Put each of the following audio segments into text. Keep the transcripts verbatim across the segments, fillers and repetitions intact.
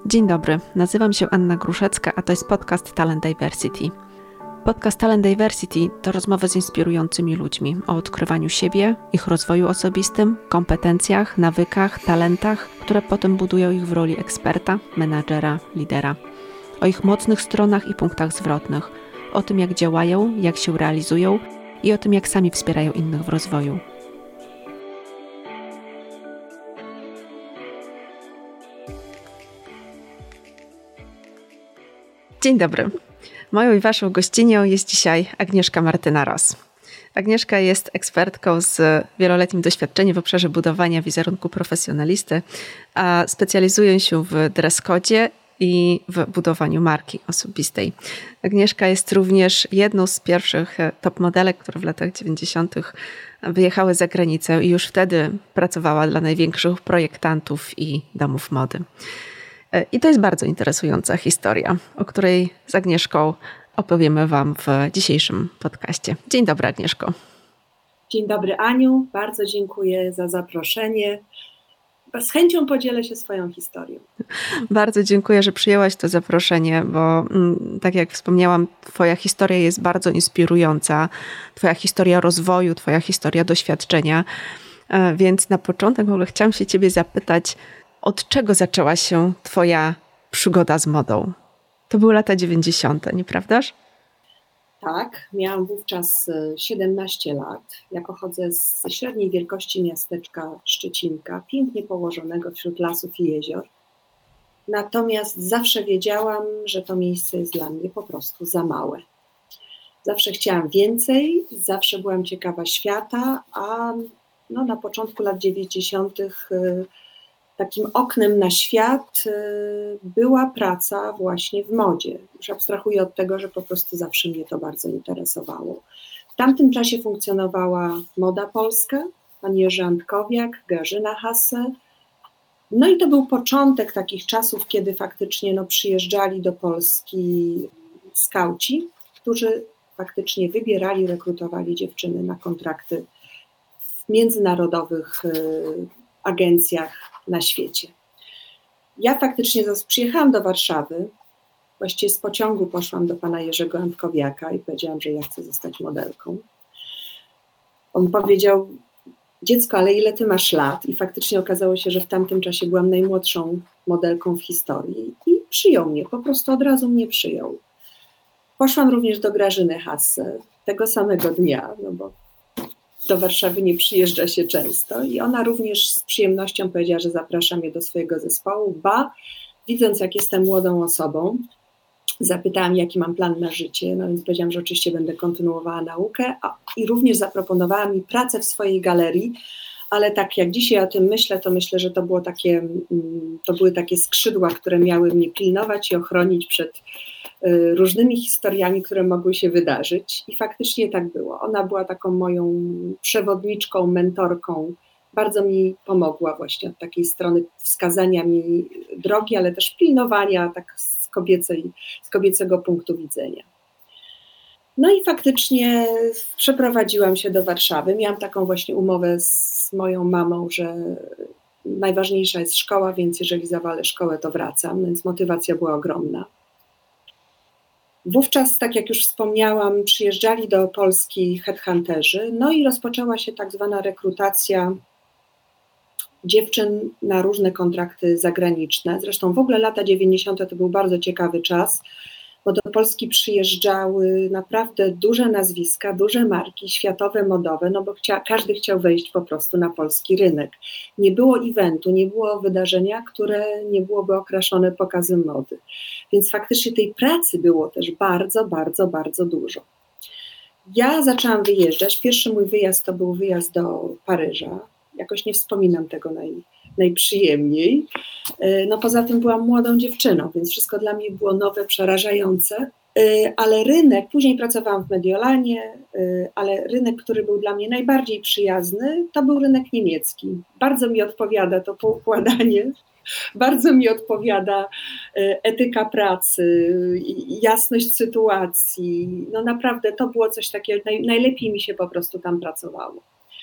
Dzień dobry, nazywam się Anna Gruszecka, a to jest podcast Talent Diversity. Podcast Talent Diversity to rozmowy z inspirującymi ludźmi o odkrywaniu siebie, ich rozwoju osobistym, kompetencjach, nawykach, talentach, które potem budują ich w roli eksperta, menadżera, lidera. O ich mocnych stronach i punktach zwrotnych, o tym jak działają, jak się realizują i o tym jak sami wspierają innych w rozwoju. Dzień dobry. Moją i waszą gościnią jest dzisiaj Agnieszka Martyna-Ross. Agnieszka jest ekspertką z wieloletnim doświadczeniem w obszarze budowania wizerunku profesjonalisty, a specjalizuje się w dress codzie i w budowaniu marki osobistej. Agnieszka jest również jedną z pierwszych top modelek, które w latach dziewięćdziesiątych wyjechały za granicę i już wtedy pracowała dla największych projektantów i domów mody. I to jest bardzo interesująca historia, o której z Agnieszką opowiemy wam w dzisiejszym podcaście. Dzień dobry, Agnieszko. Dzień dobry, Aniu. Bardzo dziękuję za zaproszenie. Z chęcią podzielę się swoją historią. Bardzo dziękuję, że przyjęłaś to zaproszenie, bo tak jak wspomniałam, twoja historia jest bardzo inspirująca. Twoja historia rozwoju, twoja historia doświadczenia. Więc na początek w ogóle chciałam się ciebie zapytać, od czego zaczęła się twoja przygoda z modą? To były lata dziewięćdziesiąte, nieprawdaż? Tak, miałam wówczas siedemnaście lat. Ja pochodzę z średniej wielkości miasteczka Szczecinka, pięknie położonego wśród lasów i jezior. Natomiast zawsze wiedziałam, że to miejsce jest dla mnie po prostu za małe. Zawsze chciałam więcej, zawsze byłam ciekawa świata, a no, na początku lat dziewięćdziesiątych takim oknem na świat była praca właśnie w modzie. Już abstrahuję od tego, że po prostu zawsze mnie to bardzo interesowało. W tamtym czasie funkcjonowała Moda Polska, pan Jerzy Antkowiak, Grażyna Hasse. No i to był początek takich czasów, kiedy faktycznie no, przyjeżdżali do Polski skauci, którzy faktycznie wybierali, rekrutowali dziewczyny na kontrakty w międzynarodowych agencjach na świecie. Ja faktycznie przyjechałam do Warszawy, właściwie z pociągu poszłam do pana Jerzego Antkowiaka i powiedziałam, że ja chcę zostać modelką. On powiedział: dziecko, ale ile ty masz lat? I faktycznie okazało się, że w tamtym czasie byłam najmłodszą modelką w historii i przyjął mnie, po prostu od razu mnie przyjął. Poszłam również do Grażyny Hasse tego samego dnia, no bo do Warszawy nie przyjeżdża się często i ona również z przyjemnością powiedziała, że zaprasza mnie do swojego zespołu, ba, widząc jak jestem młodą osobą, zapytałam jaki mam plan na życie, no więc powiedziałam, że oczywiście będę kontynuowała naukę a, i również zaproponowała mi pracę w swojej galerii, ale tak jak dzisiaj o tym myślę, to myślę, że to było takie, to były takie skrzydła, które miały mnie pilnować i ochronić przed różnymi historiami, które mogły się wydarzyć i faktycznie tak było. Ona była taką moją przewodniczką, mentorką, bardzo mi pomogła właśnie od takiej strony wskazania mi drogi, ale też pilnowania tak z, kobiecej, z kobiecego punktu widzenia. No i faktycznie przeprowadziłam się do Warszawy. Miałam taką właśnie umowę z moją mamą, że najważniejsza jest szkoła, więc jeżeli zawalę szkołę, to wracam, więc motywacja była ogromna. Wówczas, tak jak już wspomniałam, przyjeżdżali do Polski headhunterzy, no i rozpoczęła się tak zwana rekrutacja dziewczyn na różne kontrakty zagraniczne. Zresztą w ogóle lata dziewięćdziesiąte to był bardzo ciekawy czas, bo do Polski przyjeżdżały naprawdę duże nazwiska, duże marki światowe, modowe, no bo chcia, każdy chciał wejść po prostu na polski rynek. Nie było eventu, nie było wydarzenia, które nie byłoby okraszone pokazem mody. Więc faktycznie tej pracy było też bardzo, bardzo, bardzo dużo. Ja zaczęłam wyjeżdżać. Pierwszy mój wyjazd to był wyjazd do Paryża. Jakoś nie wspominam tego naj, najprzyjemniej. No poza tym byłam młodą dziewczyną, więc wszystko dla mnie było nowe, przerażające. Ale rynek, później pracowałam w Mediolanie, ale rynek, który był dla mnie najbardziej przyjazny, to był rynek niemiecki. Bardzo mi odpowiada to poukładanie, bardzo mi odpowiada etyka pracy, jasność sytuacji. No naprawdę to było coś takiego, najlepiej mi się po prostu tam pracowało.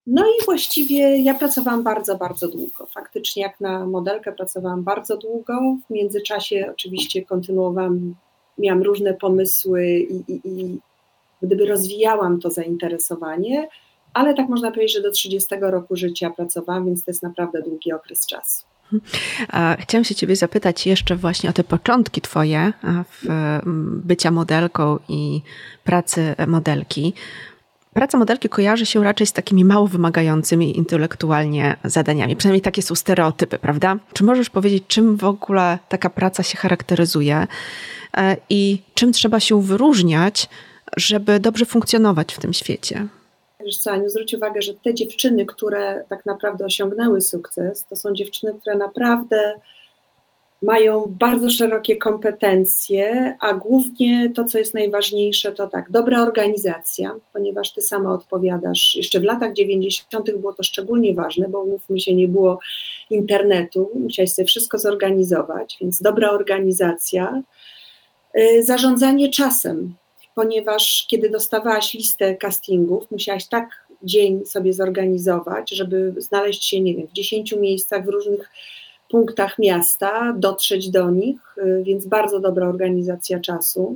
No i właściwie ja pracowałam bardzo, bardzo długo. Faktycznie jak na modelkę pracowałam bardzo długo. W międzyczasie oczywiście kontynuowałam, miałam różne pomysły i, i, i gdyby rozwijałam to zainteresowanie, ale tak można powiedzieć, że do trzydziestego roku życia pracowałam, więc to jest naprawdę długi okres czasu. Chciałam się ciebie zapytać jeszcze właśnie o te początki twoje w bycia modelką i pracy modelki. Praca modelki kojarzy się raczej z takimi mało wymagającymi intelektualnie zadaniami. Przynajmniej takie są stereotypy, prawda? Czy możesz powiedzieć, czym w ogóle taka praca się charakteryzuje i czym trzeba się wyróżniać, żeby dobrze funkcjonować w tym świecie? Wiesz co, Aniu, zwróć uwagę, że te dziewczyny, które tak naprawdę osiągnęły sukces, to są dziewczyny, które naprawdę mają bardzo szerokie kompetencje, a głównie to, co jest najważniejsze, to tak, dobra organizacja, ponieważ ty sama odpowiadasz, jeszcze w latach dziewięćdziesiątych było to szczególnie ważne, bo mówmy się, nie było internetu, musiałeś sobie wszystko zorganizować, więc dobra organizacja, yy, zarządzanie czasem, ponieważ kiedy dostawałaś listę castingów, musiałaś tak dzień sobie zorganizować, żeby znaleźć się, nie wiem, w dziesięciu miejscach w różnych punktach miasta, dotrzeć do nich, więc bardzo dobra organizacja czasu.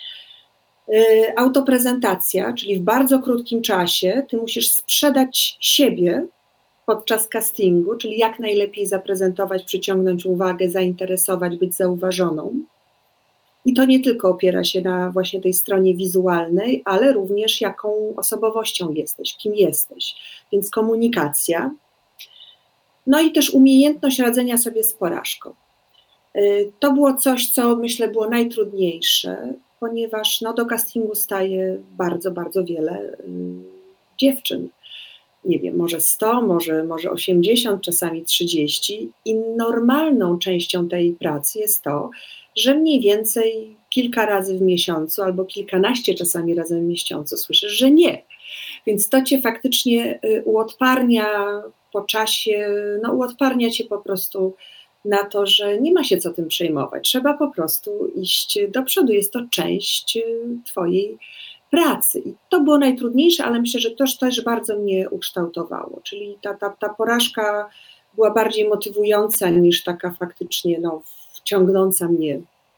Autoprezentacja, czyli w bardzo krótkim czasie ty musisz sprzedać siebie podczas castingu, czyli jak najlepiej zaprezentować, przyciągnąć uwagę, zainteresować, być zauważoną. I to nie tylko opiera się na właśnie tej stronie wizualnej, ale również jaką osobowością jesteś, kim jesteś. Więc komunikacja. No i też umiejętność radzenia sobie z porażką. To było coś, co myślę było najtrudniejsze, ponieważ no, do castingu staje bardzo, bardzo wiele dziewczyn. Nie wiem, może sto, może, może osiemdziesiąt, czasami trzydzieści. I normalną częścią tej pracy jest to, że mniej więcej kilka razy w miesiącu albo kilkanaście czasami razy w miesiącu słyszysz, że nie. Więc to cię faktycznie uodparnia po czasie, no uodparnia cię po prostu na to, że nie ma się co tym przejmować. Trzeba po prostu iść do przodu. Jest to część twojej pracy. I to było najtrudniejsze, ale myślę, że to też bardzo mnie ukształtowało. Czyli ta, ta, ta porażka była bardziej motywująca niż taka faktycznie no, wciągnąca mnie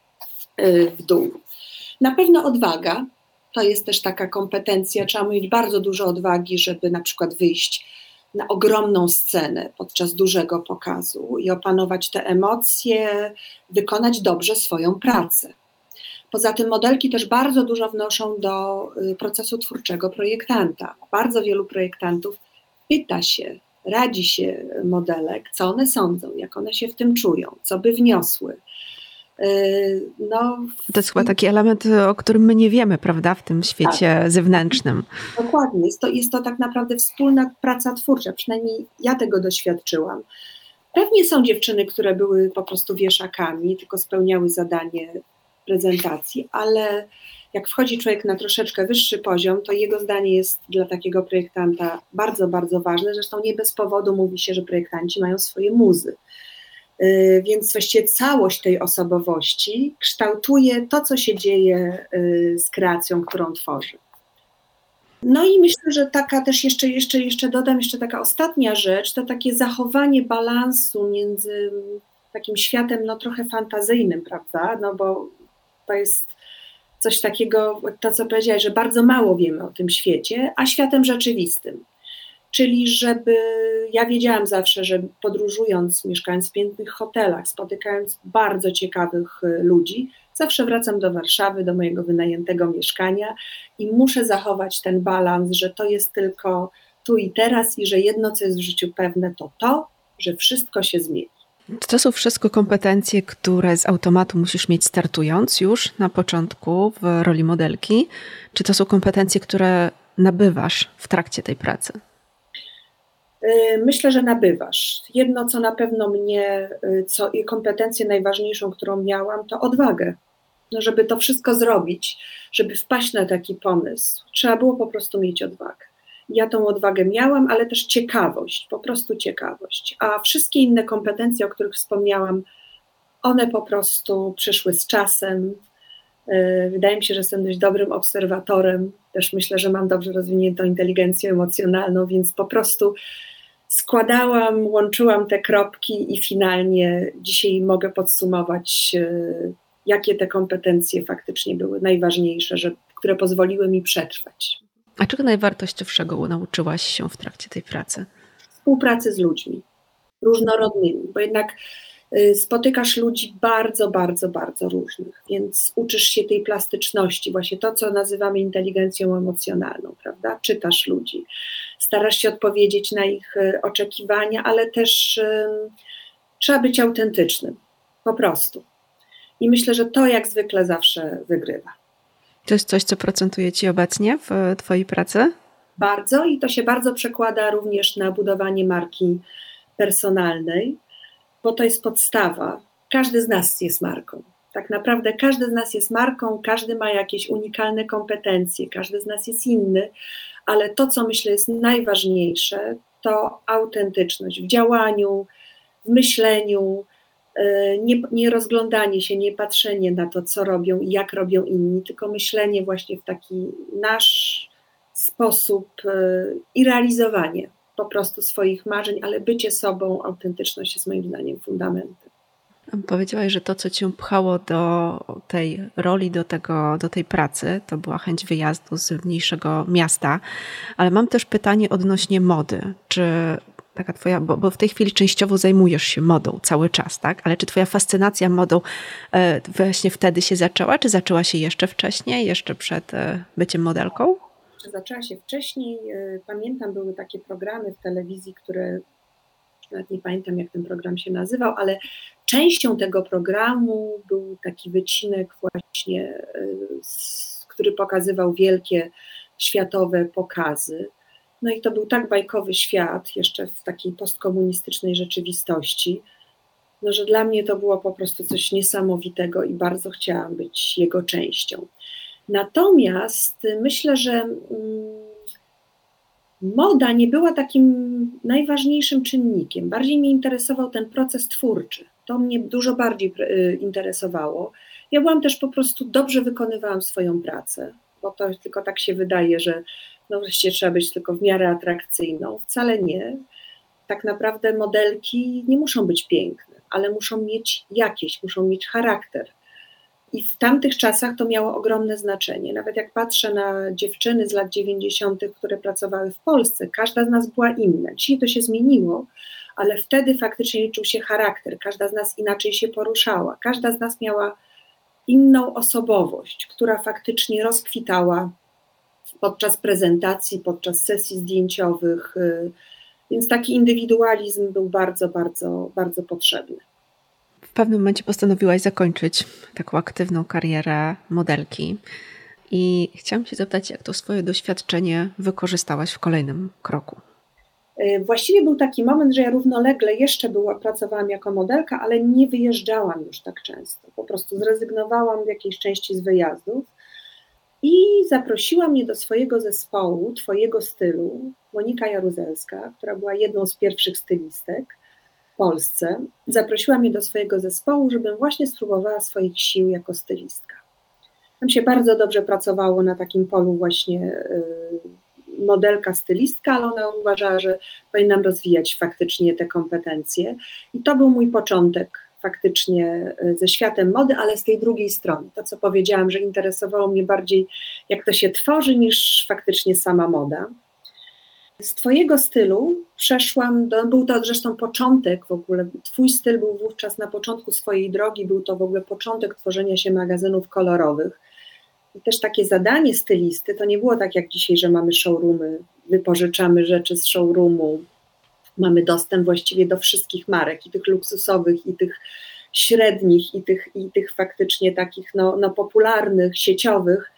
w dół. Na pewno odwaga. To jest też taka kompetencja. Trzeba mieć bardzo dużo odwagi, żeby na przykład wyjść na ogromną scenę podczas dużego pokazu i opanować te emocje, wykonać dobrze swoją pracę. Poza tym modelki też bardzo dużo wnoszą do procesu twórczego projektanta. Bardzo wielu projektantów pyta się, radzi się modelek, co one sądzą, jak one się w tym czują, co by wniosły. No, to jest chyba taki element, o którym my nie wiemy, prawda, w tym świecie tak. zewnętrznym. Dokładnie, jest to, jest to tak naprawdę wspólna praca twórcza, przynajmniej ja tego doświadczyłam. Pewnie są dziewczyny, które były po prostu wieszakami, tylko spełniały zadanie prezentacji, ale jak wchodzi człowiek na troszeczkę wyższy poziom, to jego zdanie jest dla takiego projektanta bardzo, bardzo ważne. Zresztą nie bez powodu mówi się, że projektanci mają swoje muzy. Więc właściwie całość tej osobowości kształtuje to, co się dzieje z kreacją, którą tworzy. No i myślę, że taka też jeszcze, jeszcze, jeszcze dodam, jeszcze taka ostatnia rzecz, to takie zachowanie balansu między takim światem no trochę fantazyjnym, prawda, no bo to jest coś takiego, to co powiedziałeś, że bardzo mało wiemy o tym świecie, a światem rzeczywistym. Czyli żeby, ja wiedziałam zawsze, że podróżując, mieszkając w pięknych hotelach, spotykając bardzo ciekawych ludzi, zawsze wracam do Warszawy, do mojego wynajętego mieszkania i muszę zachować ten balans, że to jest tylko tu i teraz i że jedno, co jest w życiu pewne, to to, że wszystko się zmieni. To są wszystko kompetencje, które z automatu musisz mieć startując już na początku w roli modelki? Czy to są kompetencje, które nabywasz w trakcie tej pracy? Myślę, że nabywasz. Jedno, co na pewno mnie, co i kompetencję najważniejszą, którą miałam, to odwagę. No, żeby to wszystko zrobić, żeby wpaść na taki pomysł, trzeba było po prostu mieć odwagę. Ja tą odwagę miałam, ale też ciekawość, po prostu ciekawość. A wszystkie inne kompetencje, o których wspomniałam, one po prostu przyszły z czasem. Wydaje mi się, że jestem dość dobrym obserwatorem też myślę, że mam dobrze rozwiniętą inteligencję emocjonalną, więc po prostu składałam, łączyłam te kropki i finalnie dzisiaj mogę podsumować, jakie te kompetencje faktycznie były najważniejsze, że, które pozwoliły mi przetrwać. A czego najwartościowszego nauczyłaś się w trakcie tej pracy? Współpracy z ludźmi, różnorodnymi, bo jednak spotykasz ludzi bardzo, bardzo, bardzo różnych, więc uczysz się tej plastyczności, właśnie to, co nazywamy inteligencją emocjonalną, prawda? Czytasz ludzi, starasz się odpowiedzieć na ich oczekiwania, ale też um, trzeba być autentycznym, po prostu. I myślę, że to jak zwykle zawsze wygrywa. To jest coś, co procentuje Ci obecnie w Twojej pracy? Bardzo i to się bardzo przekłada również na budowanie marki personalnej, bo to jest podstawa. Każdy z nas jest marką. Tak naprawdę każdy z nas jest marką, każdy ma jakieś unikalne kompetencje, każdy z nas jest inny, ale to, co myślę jest najważniejsze, to autentyczność w działaniu, w myśleniu, nie, nie rozglądanie się, nie patrzenie na to, co robią i jak robią inni, tylko myślenie właśnie w taki nasz sposób i realizowanie po prostu swoich marzeń, ale bycie sobą, autentyczność jest moim zdaniem fundamentem. Powiedziałaś, że to, co Cię pchało do tej roli, do, tego, do tej pracy, to była chęć wyjazdu z mniejszego miasta, ale mam też pytanie odnośnie mody. Czy taka twoja, bo, bo w tej chwili częściowo zajmujesz się modą cały czas, tak? Ale czy twoja fascynacja modą e, właśnie wtedy się zaczęła, czy zaczęła się jeszcze wcześniej, jeszcze przed e, byciem modelką? Zaczęła się wcześniej. Pamiętam, były takie programy w telewizji, które, nawet nie pamiętam jak ten program się nazywał, ale częścią tego programu był taki wycinek właśnie, który pokazywał wielkie światowe pokazy. No i to był tak bajkowy świat, jeszcze w takiej postkomunistycznej rzeczywistości, no, że dla mnie to było po prostu coś niesamowitego i bardzo chciałam być jego częścią. Natomiast myślę, że moda nie była takim najważniejszym czynnikiem. Bardziej mnie interesował ten proces twórczy. To mnie dużo bardziej interesowało. Ja byłam też po prostu, dobrze wykonywałam swoją pracę, bo to tylko tak się wydaje, że no wreszcie trzeba być tylko w miarę atrakcyjną. Wcale nie. Tak naprawdę modelki nie muszą być piękne, ale muszą mieć jakieś, muszą mieć charakter. I w tamtych czasach to miało ogromne znaczenie. Nawet jak patrzę na dziewczyny z lat dziewięćdziesiątych, które pracowały w Polsce, każda z nas była inna. Dzisiaj to się zmieniło, ale wtedy faktycznie liczył się charakter. Każda z nas inaczej się poruszała. Każda z nas miała inną osobowość, która faktycznie rozkwitała podczas prezentacji, podczas sesji zdjęciowych. Więc taki indywidualizm był bardzo, bardzo, bardzo potrzebny. W pewnym momencie postanowiłaś zakończyć taką aktywną karierę modelki i chciałam się zapytać, jak to swoje doświadczenie wykorzystałaś w kolejnym kroku? Właściwie był taki moment, że ja równolegle jeszcze była, pracowałam jako modelka, ale nie wyjeżdżałam już tak często. Po prostu zrezygnowałam w jakiejś części z wyjazdów i zaprosiła mnie do swojego zespołu, Twojego stylu, Monika Jaruzelska, która była jedną z pierwszych stylistek w Polsce. Zaprosiła mnie do swojego zespołu, żebym właśnie spróbowała swoich sił jako stylistka. Tam się bardzo dobrze pracowało na takim polu właśnie modelka, stylistka, ale ona uważała, że powinnam rozwijać faktycznie te kompetencje. I to był mój początek faktycznie ze światem mody, ale z tej drugiej strony. To, co powiedziałam, że interesowało mnie bardziej, jak to się tworzy, niż faktycznie sama moda. Z Twojego stylu przeszłam, do, był to zresztą początek w ogóle, Twój styl był wówczas na początku swojej drogi, był to w ogóle początek tworzenia się magazynów kolorowych. I też takie zadanie stylisty to nie było tak jak dzisiaj, że mamy showroomy, wypożyczamy rzeczy z showroomu, mamy dostęp właściwie do wszystkich marek, i tych luksusowych, i tych średnich, i tych, i tych faktycznie takich no, no popularnych, sieciowych.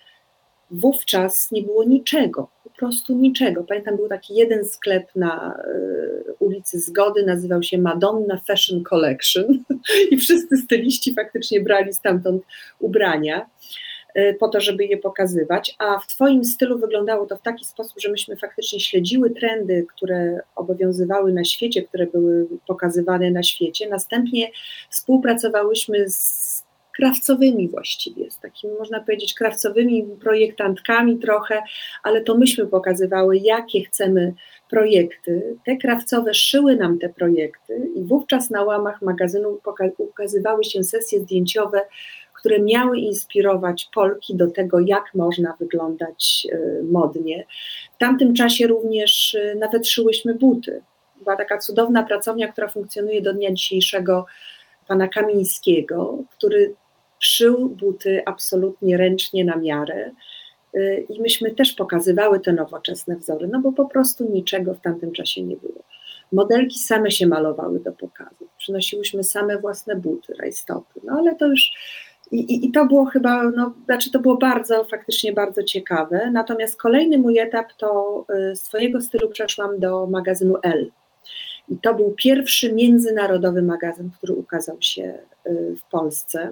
Wówczas nie było niczego, po prostu niczego. Pamiętam, był taki jeden sklep na y, ulicy Zgody, nazywał się Madonna Fashion Collection i wszyscy styliści faktycznie brali stamtąd ubrania y, po to, żeby je pokazywać, a w Twoim stylu wyglądało to w taki sposób, że myśmy faktycznie śledziły trendy, które obowiązywały na świecie, które były pokazywane na świecie. Następnie współpracowałyśmy z krawcowymi właściwie, z takimi, można powiedzieć, krawcowymi projektantkami trochę, ale to myśmy pokazywały, jakie chcemy projekty. Te krawcowe szyły nam te projekty i wówczas na łamach magazynu ukazywały się sesje zdjęciowe, które miały inspirować Polki do tego, jak można wyglądać modnie. W tamtym czasie również nawet szyłyśmy buty. Była taka cudowna pracownia, która funkcjonuje do dnia dzisiejszego, pana Kamińskiego, który szył buty absolutnie ręcznie na miarę i myśmy też pokazywały te nowoczesne wzory, no bo po prostu niczego w tamtym czasie nie było. Modelki same się malowały do pokazów, przynosiłyśmy same własne buty, rajstopy, no ale to już i, i, i to było chyba, no znaczy to było bardzo, faktycznie bardzo ciekawe, natomiast kolejny mój etap to z swojego stylu przeszłam do magazynu Elle. I to był pierwszy międzynarodowy magazyn, który ukazał się w Polsce.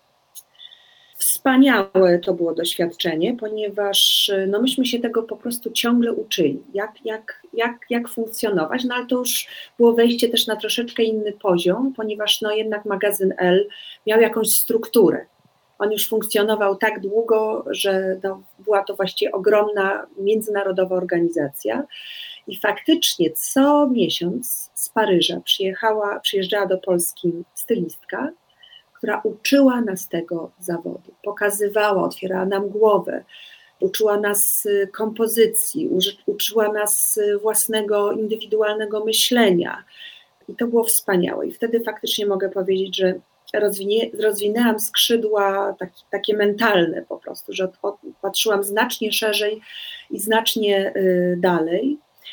Wspaniałe to było doświadczenie, ponieważ no myśmy się tego po prostu ciągle uczyli, jak, jak, jak, jak funkcjonować, no ale to już było wejście też na troszeczkę inny poziom, ponieważ no jednak magazyn Elle miał jakąś strukturę. On już funkcjonował tak długo, że no, była to właściwie ogromna międzynarodowa organizacja. I faktycznie co miesiąc z Paryża przyjechała, przyjeżdżała do Polski stylistka, która uczyła nas tego zawodu, pokazywała, otwierała nam głowę, uczyła nas kompozycji, uczyła nas własnego indywidualnego myślenia. I to było wspaniałe. I wtedy faktycznie mogę powiedzieć, że rozwinie, rozwinęłam skrzydła taki, takie mentalne po prostu, że od, od, patrzyłam znacznie szerzej i znacznie y, dalej.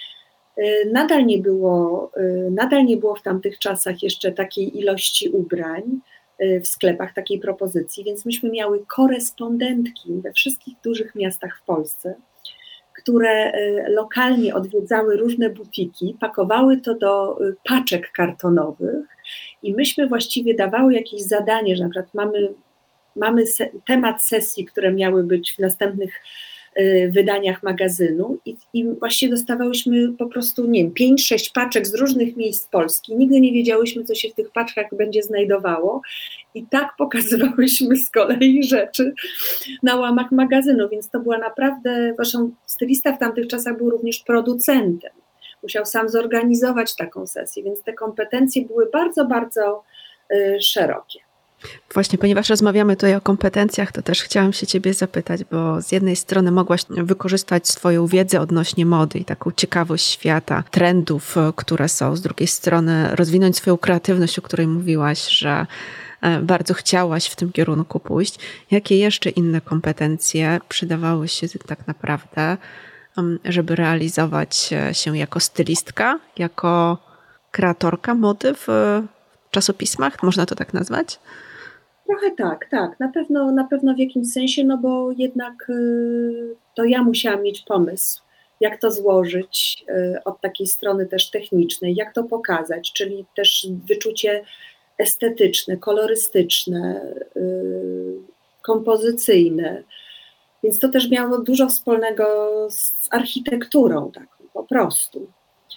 Nadal nie było, nadal nie było w tamtych czasach jeszcze takiej ilości ubrań w sklepach, takiej propozycji, więc myśmy miały korespondentki we wszystkich dużych miastach w Polsce, które lokalnie odwiedzały różne butiki, pakowały to do paczek kartonowych i myśmy właściwie dawały jakieś zadanie, że na przykład mamy, mamy se, temat sesji, które miały być w następnych wydaniach magazynu i, i właściwie dostawałyśmy po prostu, nie wiem, pięć sześć paczek z różnych miejsc Polski. Nigdy nie wiedziałyśmy, co się w tych paczkach będzie znajdowało i tak pokazywałyśmy z kolei rzeczy na łamach magazynu, więc to była naprawdę, zresztą stylista w tamtych czasach był również producentem. Musiał sam zorganizować taką sesję, więc te kompetencje były bardzo, bardzo y, szerokie. Właśnie, ponieważ rozmawiamy tutaj o kompetencjach, to też chciałam się ciebie zapytać, bo z jednej strony mogłaś wykorzystać swoją wiedzę odnośnie mody i taką ciekawość świata, trendów, które są, z drugiej strony rozwinąć swoją kreatywność, o której mówiłaś, że bardzo chciałaś w tym kierunku pójść. Jakie jeszcze inne kompetencje przydawały się tak naprawdę, żeby realizować się jako stylistka, jako kreatorka mody w czasopismach? Można to tak nazwać? Trochę tak, tak, na pewno, na pewno w jakimś sensie, no bo jednak y, to ja musiałam mieć pomysł, jak to złożyć y, od takiej strony też technicznej, jak to pokazać, czyli też wyczucie estetyczne, kolorystyczne, y, kompozycyjne, więc to też miało dużo wspólnego z architekturą taką po prostu.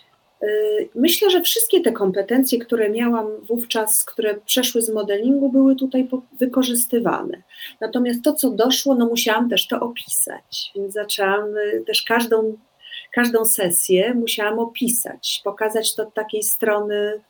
Myślę, że wszystkie te kompetencje, które miałam wówczas, które przeszły z modelingu, były tutaj wykorzystywane. Natomiast to, co doszło, no musiałam też to opisać, więc zaczęłam też każdą, każdą sesję musiałam opisać, pokazać to od takiej strony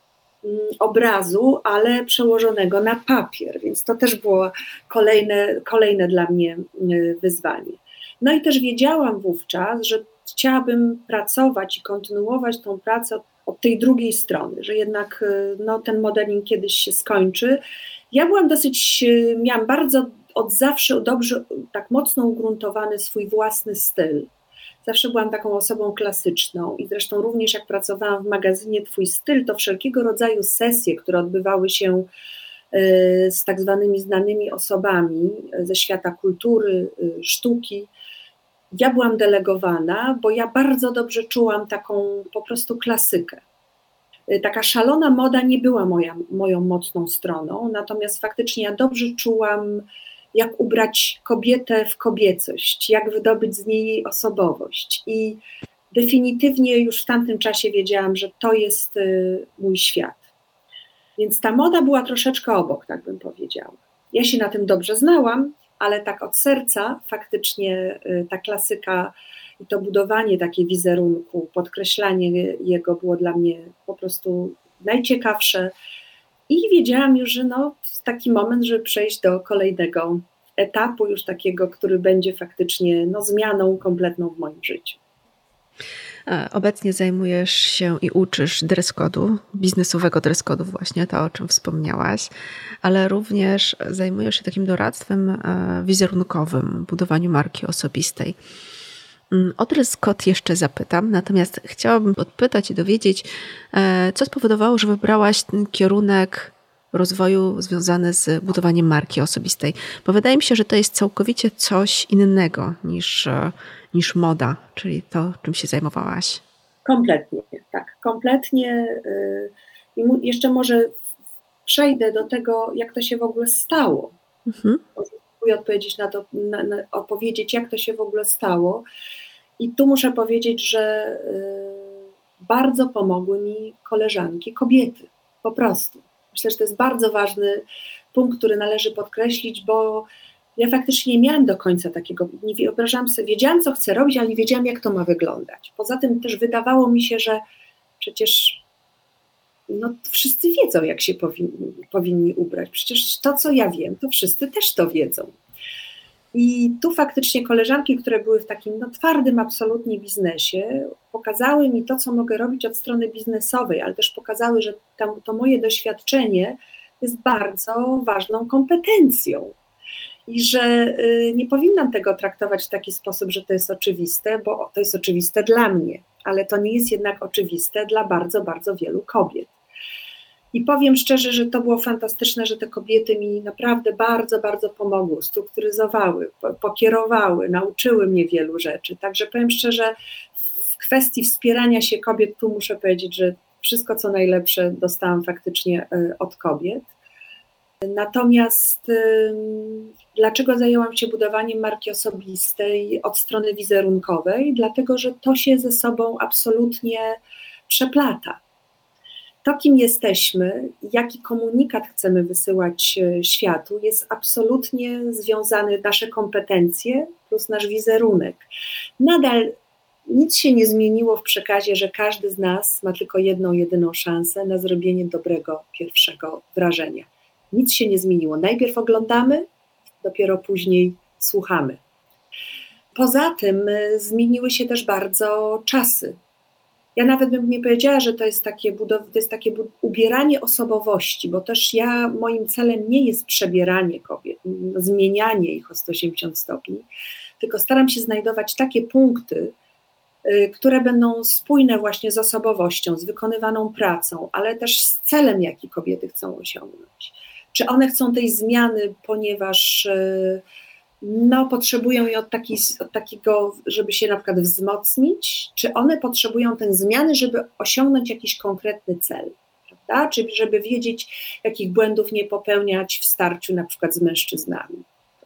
obrazu, ale przełożonego na papier, więc to też było kolejne, kolejne dla mnie wyzwanie. No i też wiedziałam wówczas, że chciałabym pracować i kontynuować tą pracę od, od tej drugiej strony, że jednak no, ten modeling kiedyś się skończy. Ja byłam dosyć, miałam bardzo od zawsze dobrze, tak mocno ugruntowany swój własny styl. Zawsze byłam taką osobą klasyczną i zresztą również jak pracowałam w magazynie Twój styl, to wszelkiego rodzaju sesje, które odbywały się z tak zwanymi znanymi osobami ze świata kultury, sztuki, ja byłam delegowana, bo ja bardzo dobrze czułam taką po prostu klasykę. Taka szalona moda nie była moja, moją mocną stroną, natomiast faktycznie ja dobrze czułam, jak ubrać kobietę w kobiecość, jak wydobyć z niej jej osobowość. I definitywnie już w tamtym czasie wiedziałam, że to jest mój świat. Więc ta moda była troszeczkę obok, tak bym powiedziała. Ja się na tym dobrze znałam, ale tak od serca faktycznie ta klasyka i to budowanie takiej wizerunku, podkreślanie jego było dla mnie po prostu najciekawsze i wiedziałam już, że no, taki moment, żeby przejść do kolejnego etapu, już takiego, który będzie faktycznie no, zmianą kompletną w moim życiu. Obecnie zajmujesz się i uczysz dress code'u, biznesowego dress code'u właśnie, to o czym wspomniałaś, ale również zajmujesz się takim doradztwem wizerunkowym, budowaniu marki osobistej. O dress code jeszcze zapytam, natomiast chciałabym odpytać i dowiedzieć, co spowodowało, że wybrałaś ten kierunek rozwoju związany z budowaniem marki osobistej, bo wydaje mi się, że to jest całkowicie coś innego niż, niż moda, czyli to, czym się zajmowałaś. Kompletnie, tak, kompletnie. I jeszcze może przejdę do tego, jak to się w ogóle stało. Mhm. Spróbuję odpowiedzieć na to, na, na, opowiedzieć, jak to się w ogóle stało. I tu muszę powiedzieć, że bardzo pomogły mi koleżanki, kobiety, po prostu. Myślę, że to jest bardzo ważny punkt, który należy podkreślić, bo ja faktycznie nie miałam do końca takiego, nie wyobrażałam sobie, wiedziałam, co chcę robić, ale nie wiedziałam, jak to ma wyglądać. Poza tym też wydawało mi się, że przecież no, wszyscy wiedzą, jak się powinni, powinni ubrać. Przecież to, co ja wiem, to wszyscy też to wiedzą. I tu faktycznie koleżanki, które były w takim no, twardym absolutnie biznesie, pokazały mi to, co mogę robić od strony biznesowej, ale też pokazały, że to, to moje doświadczenie jest bardzo ważną kompetencją i że y, nie powinnam tego traktować w taki sposób, że to jest oczywiste, bo to jest oczywiste dla mnie, ale to nie jest jednak oczywiste dla bardzo, bardzo wielu kobiet. I powiem szczerze, że to było fantastyczne, że te kobiety mi naprawdę bardzo, bardzo pomogły, strukturyzowały, pokierowały, nauczyły mnie wielu rzeczy. Także powiem szczerze, w kwestii wspierania się kobiet, tu muszę powiedzieć, że wszystko co najlepsze dostałam faktycznie od kobiet. Natomiast dlaczego zajęłam się budowaniem marki osobistej od strony wizerunkowej? Dlatego, że to się ze sobą absolutnie przeplata. To, kim jesteśmy, jaki komunikat chcemy wysyłać światu, jest absolutnie związany, nasze kompetencje plus nasz wizerunek. Nadal nic się nie zmieniło w przekazie, że każdy z nas ma tylko jedną, jedyną szansę na zrobienie dobrego pierwszego wrażenia. Nic się nie zmieniło. Najpierw oglądamy, dopiero później słuchamy. Poza tym zmieniły się też bardzo czasy. Ja nawet bym nie powiedziała, że to jest takie, budow- to jest takie ubieranie osobowości, bo też ja, moim celem nie jest przebieranie kobiet, zmienianie ich o sto osiemdziesiąt stopni, tylko staram się znajdować takie punkty, y, które będą spójne właśnie z osobowością, z wykonywaną pracą, ale też z celem, jaki kobiety chcą osiągnąć. Czy one chcą tej zmiany, ponieważ y, no, potrzebują jej od, taki, od takiego, żeby się na przykład wzmocnić, czy one potrzebują tej zmiany, żeby osiągnąć jakiś konkretny cel, prawda? Czy żeby wiedzieć, jakich błędów nie popełniać w starciu na przykład z mężczyznami.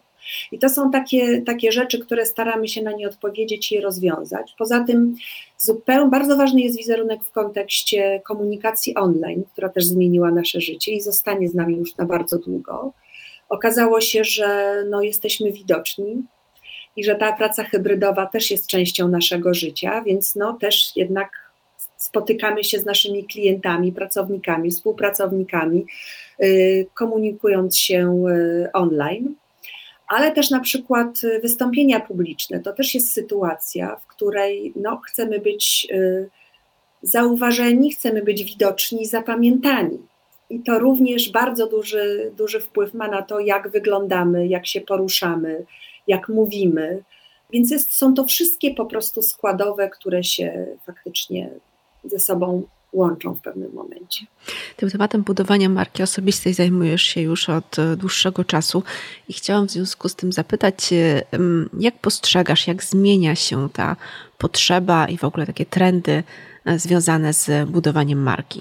I to są takie, takie rzeczy, które staramy się na nie odpowiedzieć i je rozwiązać. Poza tym zupełnie bardzo ważny jest wizerunek w kontekście komunikacji online, która też zmieniła nasze życie i zostanie z nami już na bardzo długo. Okazało się, że no, jesteśmy widoczni i że ta praca hybrydowa też jest częścią naszego życia, więc no, też jednak spotykamy się z naszymi klientami, pracownikami, współpracownikami, yy, komunikując się yy, online. Ale też na przykład wystąpienia publiczne, to też jest sytuacja, w której no, chcemy być yy, zauważeni, chcemy być widoczni, zapamiętani. I to również bardzo duży, duży wpływ ma na to, jak wyglądamy, jak się poruszamy, jak mówimy. Więc jest, są to wszystkie po prostu składowe, które się faktycznie ze sobą łączą w pewnym momencie. Tym tematem budowania marki osobistej zajmujesz się już od dłuższego czasu i chciałam w związku z tym zapytać, jak postrzegasz, jak zmienia się ta potrzeba i w ogóle takie trendy związane z budowaniem marki?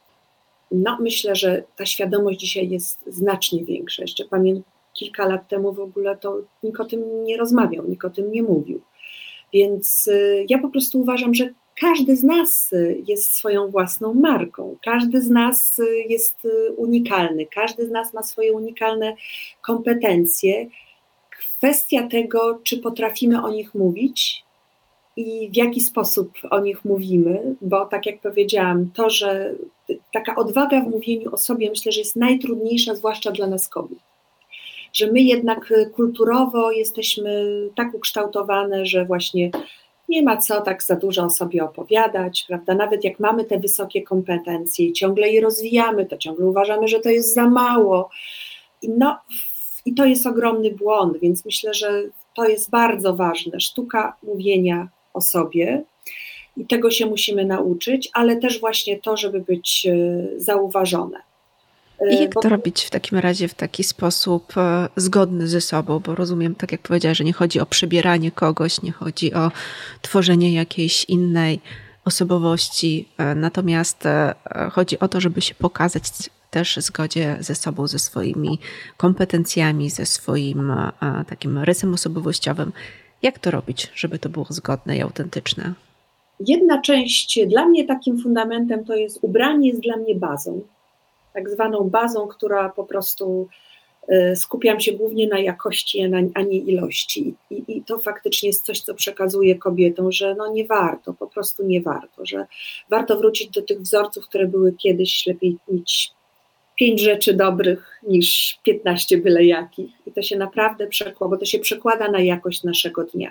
No, myślę, że ta świadomość dzisiaj jest znacznie większa. Jeszcze pamiętam, kilka lat temu w ogóle to nikt o tym nie rozmawiał, nikt o tym nie mówił. Więc ja po prostu uważam, że każdy z nas jest swoją własną marką, każdy z nas jest unikalny, każdy z nas ma swoje unikalne kompetencje. Kwestia tego, czy potrafimy o nich mówić i w jaki sposób o nich mówimy, bo tak jak powiedziałam, to, że taka odwaga w mówieniu o sobie, myślę, że jest najtrudniejsza, zwłaszcza dla nas kobiet. Że my jednak kulturowo jesteśmy tak ukształtowane, że właśnie nie ma co tak za dużo o sobie opowiadać, prawda? Nawet jak mamy te wysokie kompetencje i ciągle je rozwijamy, to ciągle uważamy, że to jest za mało. I, no, i to jest ogromny błąd, więc myślę, że to jest bardzo ważne. Sztuka mówienia o sobie i tego się musimy nauczyć, ale też właśnie to, żeby być zauważone. I jak to robić w takim razie w taki sposób zgodny ze sobą? Bo rozumiem, tak jak powiedziałaś, że nie chodzi o przebieranie kogoś, nie chodzi o tworzenie jakiejś innej osobowości, natomiast chodzi o to, żeby się pokazać też w zgodzie ze sobą, ze swoimi kompetencjami, ze swoim takim rysem osobowościowym. Jak to robić, żeby to było zgodne i autentyczne? Jedna część, dla mnie takim fundamentem to jest ubranie, jest dla mnie bazą. Tak zwaną bazą, która po prostu skupiam się głównie na jakości, a nie ilości. I, i to faktycznie jest coś, co przekazuję kobietom, że no nie warto, po prostu nie warto, że warto wrócić do tych wzorców, które były kiedyś, lepiej mieć pięć rzeczy dobrych niż piętnaście byle jakich. I to się naprawdę przekłada, bo to się przekłada na jakość naszego dnia.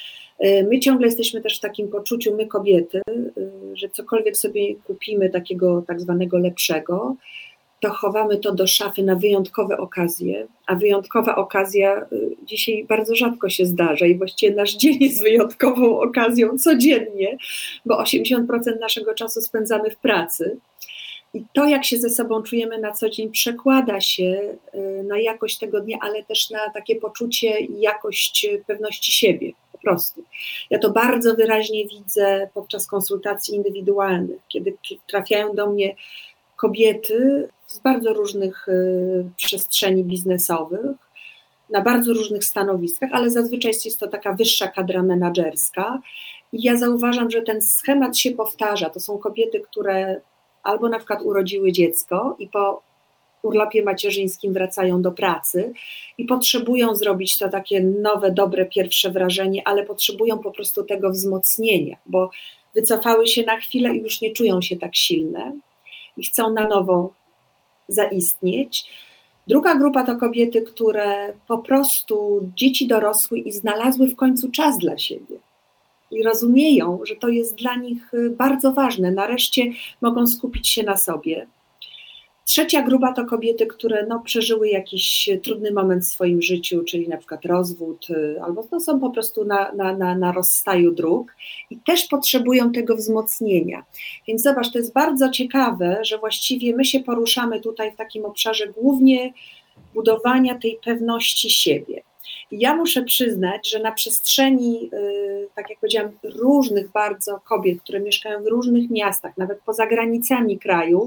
My ciągle jesteśmy też w takim poczuciu, my kobiety, że cokolwiek sobie kupimy takiego tak zwanego lepszego, to chowamy to do szafy na wyjątkowe okazje, a wyjątkowa okazja dzisiaj bardzo rzadko się zdarza i właściwie nasz dzień jest wyjątkową okazją codziennie, bo osiemdziesiąt procent naszego czasu spędzamy w pracy. I to, jak się ze sobą czujemy na co dzień, przekłada się na jakość tego dnia, ale też na takie poczucie i jakość pewności siebie, po prostu. Ja to bardzo wyraźnie widzę podczas konsultacji indywidualnych, kiedy trafiają do mnie kobiety z bardzo różnych przestrzeni biznesowych, na bardzo różnych stanowiskach, ale zazwyczaj jest to taka wyższa kadra menadżerska. I ja zauważam, że ten schemat się powtarza. To są kobiety, które albo na przykład urodziły dziecko i po urlopie macierzyńskim wracają do pracy i potrzebują zrobić to takie nowe, dobre pierwsze wrażenie, ale potrzebują po prostu tego wzmocnienia, bo wycofały się na chwilę i już nie czują się tak silne i chcą na nowo zaistnieć. Druga grupa to kobiety, które po prostu dzieci dorosły i znalazły w końcu czas dla siebie. I rozumieją, że to jest dla nich bardzo ważne. Nareszcie mogą skupić się na sobie. Trzecia grupa to kobiety, które no, przeżyły jakiś trudny moment w swoim życiu, czyli na przykład rozwód, albo no, są po prostu na, na, na, na rozstaju dróg i też potrzebują tego wzmocnienia. Więc zobacz, to jest bardzo ciekawe, że właściwie my się poruszamy tutaj w takim obszarze głównie budowania tej pewności siebie. I ja muszę przyznać, że na przestrzeni, tak jak powiedziałam, różnych bardzo kobiet, które mieszkają w różnych miastach, nawet poza granicami kraju,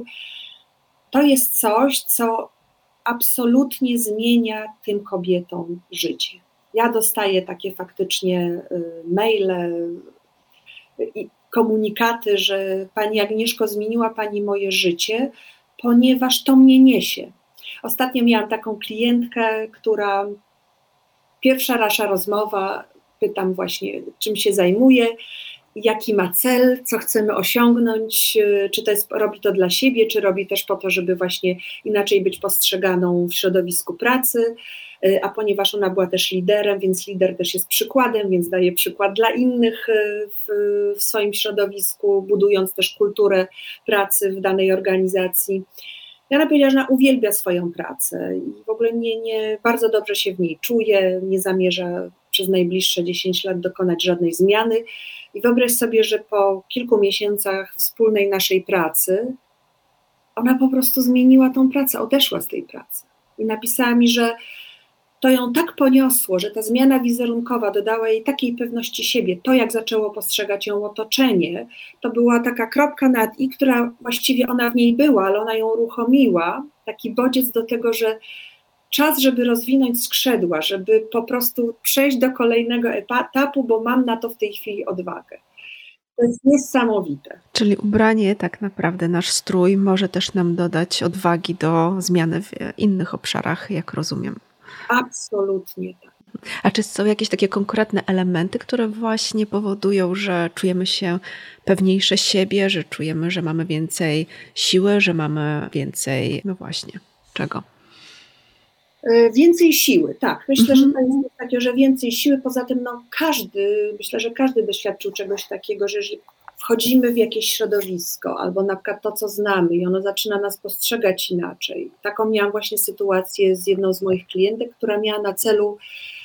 to jest coś, co absolutnie zmienia tym kobietom życie. Ja dostaję takie faktycznie maile i komunikaty, że Pani Agnieszko, zmieniła Pani moje życie, ponieważ to mnie niesie. Ostatnio miałam taką klientkę, która pierwsza nasza rozmowa, pytam właśnie, czym się zajmuje, jaki ma cel, co chcemy osiągnąć, czy to jest, robi to dla siebie, czy robi też po to, żeby właśnie inaczej być postrzeganą w środowisku pracy, a ponieważ ona była też liderem, więc lider też jest przykładem, więc daje przykład dla innych w, w swoim środowisku, budując też kulturę pracy w danej organizacji. Ja ona powiedziała, że ona uwielbia swoją pracę i w ogóle nie, nie, bardzo dobrze się w niej czuje, nie zamierza przez najbliższe dziesięć lat dokonać żadnej zmiany. I wyobraź sobie, że po kilku miesiącach wspólnej naszej pracy ona po prostu zmieniła tą pracę, odeszła z tej pracy. I napisała mi, że to ją tak poniosło, że ta zmiana wizerunkowa dodała jej takiej pewności siebie, to jak zaczęło postrzegać ją otoczenie, to była taka kropka nad i, która właściwie ona w niej była, ale ona ją uruchomiła, taki bodziec do tego, że czas, żeby rozwinąć skrzydła, żeby po prostu przejść do kolejnego etapu, bo mam na to w tej chwili odwagę. To jest niesamowite. Czyli ubranie, tak naprawdę nasz strój może też nam dodać odwagi do zmiany w innych obszarach, jak rozumiem. Absolutnie tak. A czy są jakieś takie konkretne elementy, które właśnie powodują, że czujemy się pewniejsze siebie, że czujemy, że mamy więcej siły, że mamy więcej, no właśnie, czego? Więcej siły, tak. Myślę, mhm. że to jest takie, że więcej siły. Poza tym no, każdy, myślę, że każdy doświadczył czegoś takiego, że jeżeli wchodzimy w jakieś środowisko albo na przykład to, co znamy i ono zaczyna nas postrzegać inaczej. Taką miałam właśnie sytuację z jedną z moich klientek, która miała na celu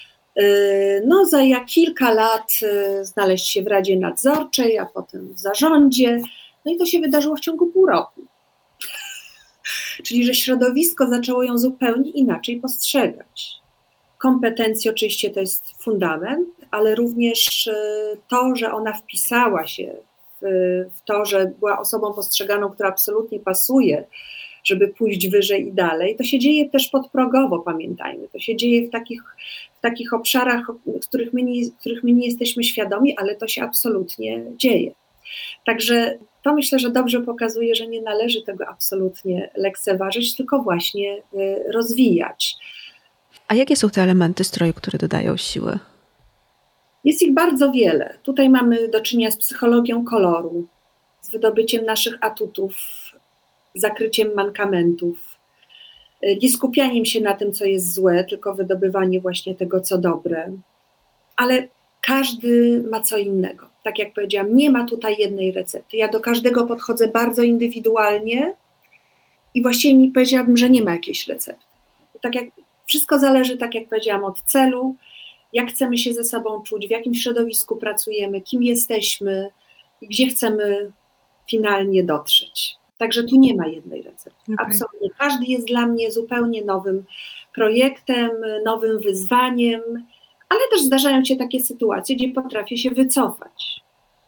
no za jak kilka lat znaleźć się w Radzie Nadzorczej, a potem w zarządzie. No i to się wydarzyło w ciągu pół roku. Czyli, że środowisko zaczęło ją zupełnie inaczej postrzegać. Kompetencje oczywiście to jest fundament, ale również to, że ona wpisała się w to, że była osobą postrzeganą, która absolutnie pasuje, żeby pójść wyżej i dalej. To się dzieje też podprogowo, pamiętajmy. To się dzieje w takich, w takich obszarach, w których my, nie, których my nie jesteśmy świadomi, ale to się absolutnie dzieje. Także to myślę, że dobrze pokazuje, że nie należy tego absolutnie lekceważyć, tylko właśnie rozwijać. A jakie są te elementy stroju, które dodają siły? Jest ich bardzo wiele. Tutaj mamy do czynienia z psychologią koloru, z wydobyciem naszych atutów, zakryciem mankamentów, nie skupianiem się na tym, co jest złe, tylko wydobywanie właśnie tego, co dobre. Ale każdy ma co innego. Tak jak powiedziałam, nie ma tutaj jednej recepty. Ja do każdego podchodzę bardzo indywidualnie i właściwie nie powiedziałabym, że nie ma jakiejś recepty. Tak jak, wszystko zależy, tak jak powiedziałam, od celu, jak chcemy się ze sobą czuć, w jakim środowisku pracujemy, kim jesteśmy i gdzie chcemy finalnie dotrzeć. Także tu nie ma jednej recepty. Okay. Absolutnie. Każdy jest dla mnie zupełnie nowym projektem, nowym wyzwaniem, ale też zdarzają się takie sytuacje, gdzie potrafię się wycofać.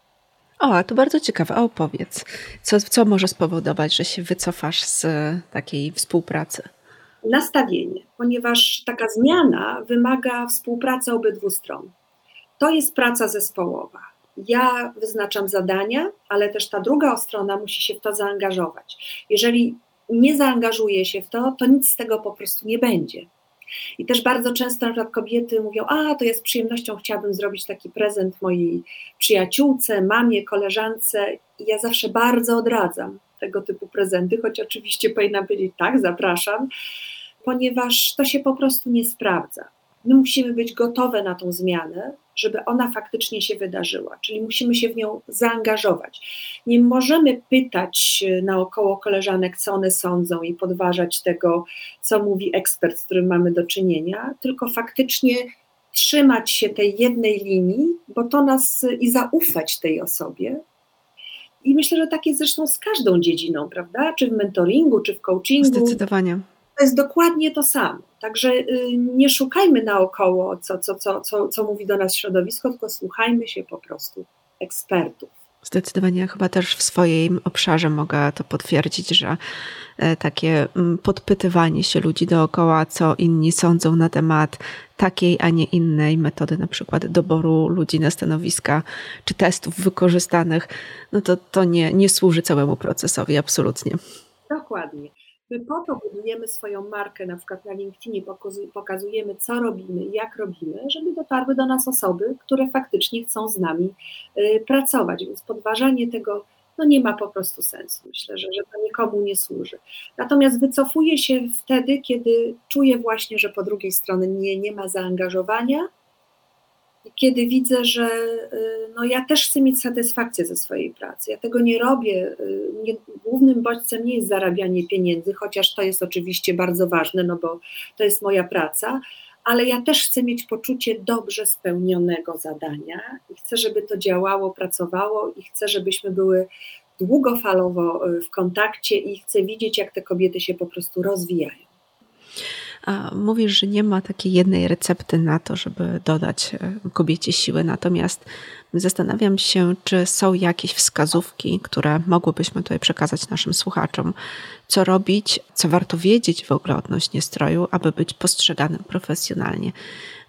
O, to bardzo ciekawe. A opowiedz, co, co może spowodować, że się wycofasz z takiej współpracy? Nastawienie, ponieważ taka zmiana wymaga współpracy obydwu stron. To jest praca zespołowa. Ja wyznaczam zadania, ale też ta druga strona musi się w to zaangażować. Jeżeli nie zaangażuje się w to, to nic z tego po prostu nie będzie. I też bardzo często na przykład kobiety mówią, a to ja z przyjemnością chciałabym zrobić taki prezent mojej przyjaciółce, mamie, koleżance. I ja zawsze bardzo odradzam tego typu prezenty, choć oczywiście powinnam powiedzieć tak, zapraszam, ponieważ to się po prostu nie sprawdza. My musimy być gotowe na tą zmianę, żeby ona faktycznie się wydarzyła, czyli musimy się w nią zaangażować. Nie możemy pytać naokoło koleżanek, co one sądzą i podważać tego, co mówi ekspert, z którym mamy do czynienia, tylko faktycznie trzymać się tej jednej linii, bo to nas i zaufać tej osobie. I myślę, że tak jest zresztą z każdą dziedziną, prawda? Czy w mentoringu, czy w coachingu. Zdecydowanie. To jest dokładnie to samo. Także nie szukajmy naokoło, co, co, co, co, co mówi do nas środowisko, tylko słuchajmy się po prostu ekspertów. Zdecydowanie, ja chyba też w swoim obszarze mogę to potwierdzić, że takie podpytywanie się ludzi dookoła, co inni sądzą na temat takiej, a nie innej metody, na przykład doboru ludzi na stanowiska, czy testów wykorzystanych, no to, to nie, nie służy całemu procesowi, absolutnie. Dokładnie. My po to budujemy swoją markę, na przykład na LinkedInie pokazujemy, co robimy i jak robimy, żeby dotarły do nas osoby, które faktycznie chcą z nami pracować, więc podważanie tego no nie ma po prostu sensu. Myślę, że, że to nikomu nie służy. Natomiast wycofuję się wtedy, kiedy czuję właśnie, że po drugiej stronie nie, nie ma zaangażowania i kiedy widzę, że no ja też chcę mieć satysfakcję ze swojej pracy. Ja tego nie robię. Nie, głównym bodźcem nie jest zarabianie pieniędzy, chociaż to jest oczywiście bardzo ważne, no bo to jest moja praca, ale ja też chcę mieć poczucie dobrze spełnionego zadania i chcę, żeby to działało, pracowało i chcę, żebyśmy były długofalowo w kontakcie i chcę widzieć, jak te kobiety się po prostu rozwijają. A mówisz, że nie ma takiej jednej recepty na to, żeby dodać kobiecie siły, natomiast zastanawiam się, czy są jakieś wskazówki, które mogłybyśmy tutaj przekazać naszym słuchaczom, co robić, co warto wiedzieć w ogóle odnośnie stroju, aby być postrzeganym profesjonalnie.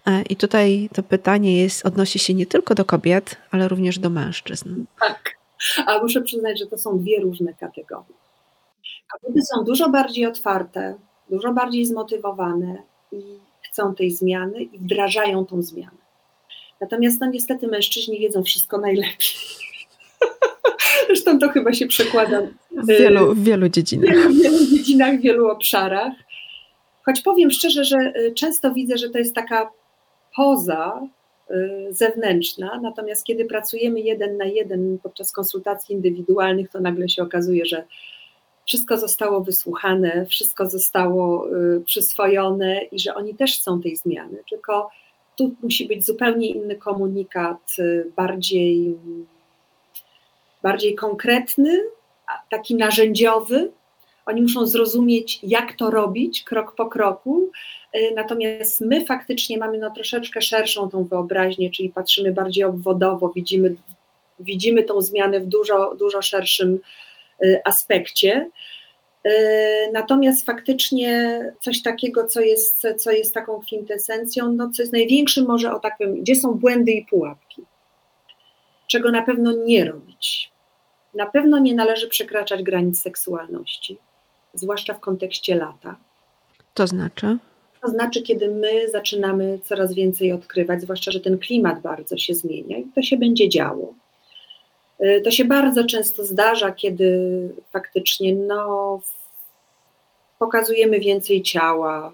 I tutaj to pytanie jest, odnosi się nie tylko do kobiet, ale również do mężczyzn. Tak, a muszę przyznać, że to są dwie różne kategorie. Kobiety są dużo bardziej otwarte, dużo bardziej zmotywowane i chcą tej zmiany i wdrażają tą zmianę. Natomiast no niestety mężczyźni wiedzą wszystko najlepiej. Zresztą to chyba się przekłada w wielu, w wielu dziedzinach. W wielu dziedzinach, w wielu obszarach. Choć powiem szczerze, że często widzę, że to jest taka poza zewnętrzna, natomiast kiedy pracujemy jeden na jeden podczas konsultacji indywidualnych, to nagle się okazuje, że wszystko zostało wysłuchane, wszystko zostało przyswojone i że oni też chcą tej zmiany, tylko tu musi być zupełnie inny komunikat, bardziej, bardziej konkretny, taki narzędziowy. Oni muszą zrozumieć, jak to robić krok po kroku, natomiast my faktycznie mamy no troszeczkę szerszą tą wyobraźnię, czyli patrzymy bardziej obwodowo, widzimy, widzimy tą zmianę w dużo, dużo szerszym aspekcie. Natomiast faktycznie coś takiego, co jest, co jest taką kwintesencją, no co jest największym może, o tak powiem, gdzie są błędy i pułapki, czego na pewno nie robić. Na pewno nie należy przekraczać granic seksualności, zwłaszcza w kontekście lata. To znaczy? To znaczy, kiedy my zaczynamy coraz więcej odkrywać, zwłaszcza, że ten klimat bardzo się zmienia i to się będzie działo. To się bardzo często zdarza, kiedy faktycznie no, pokazujemy więcej ciała.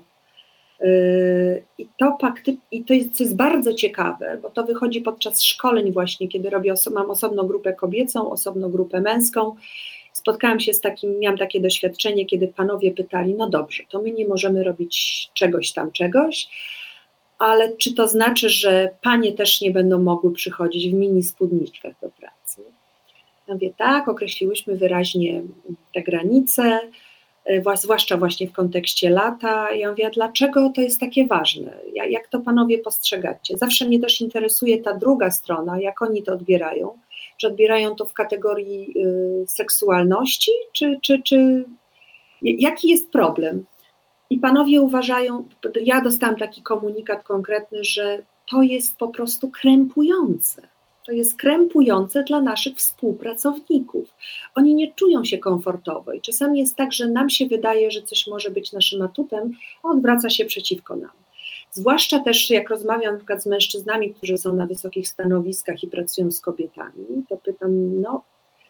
I to, I to jest, jest bardzo ciekawe, bo to wychodzi podczas szkoleń właśnie, kiedy robię oso- mam osobną grupę kobiecą, osobną grupę męską. Spotkałam się z takim, miałam takie doświadczenie, kiedy panowie pytali, no dobrze, to my nie możemy robić czegoś tam, czegoś, ale czy to znaczy, że panie też nie będą mogły przychodzić w mini spódniczkach do pracy? Ja mówię, tak, określiłyśmy wyraźnie te granice, zwłaszcza właśnie w kontekście lata. Ja mówię, a dlaczego to jest takie ważne? Jak to panowie postrzegacie? Zawsze mnie też interesuje ta druga strona, jak oni to odbierają. Czy odbierają to w kategorii y, seksualności, czy, czy, czy jaki jest problem? I panowie uważają, ja dostałam taki komunikat konkretny, że to jest po prostu krępujące. To jest krępujące dla naszych współpracowników. Oni nie czują się komfortowo i czasami jest tak, że nam się wydaje, że coś może być naszym atutem, a odwraca się przeciwko nam. Zwłaszcza też jak rozmawiam na przykład z mężczyznami, którzy są na wysokich stanowiskach i pracują z kobietami, to pytam, no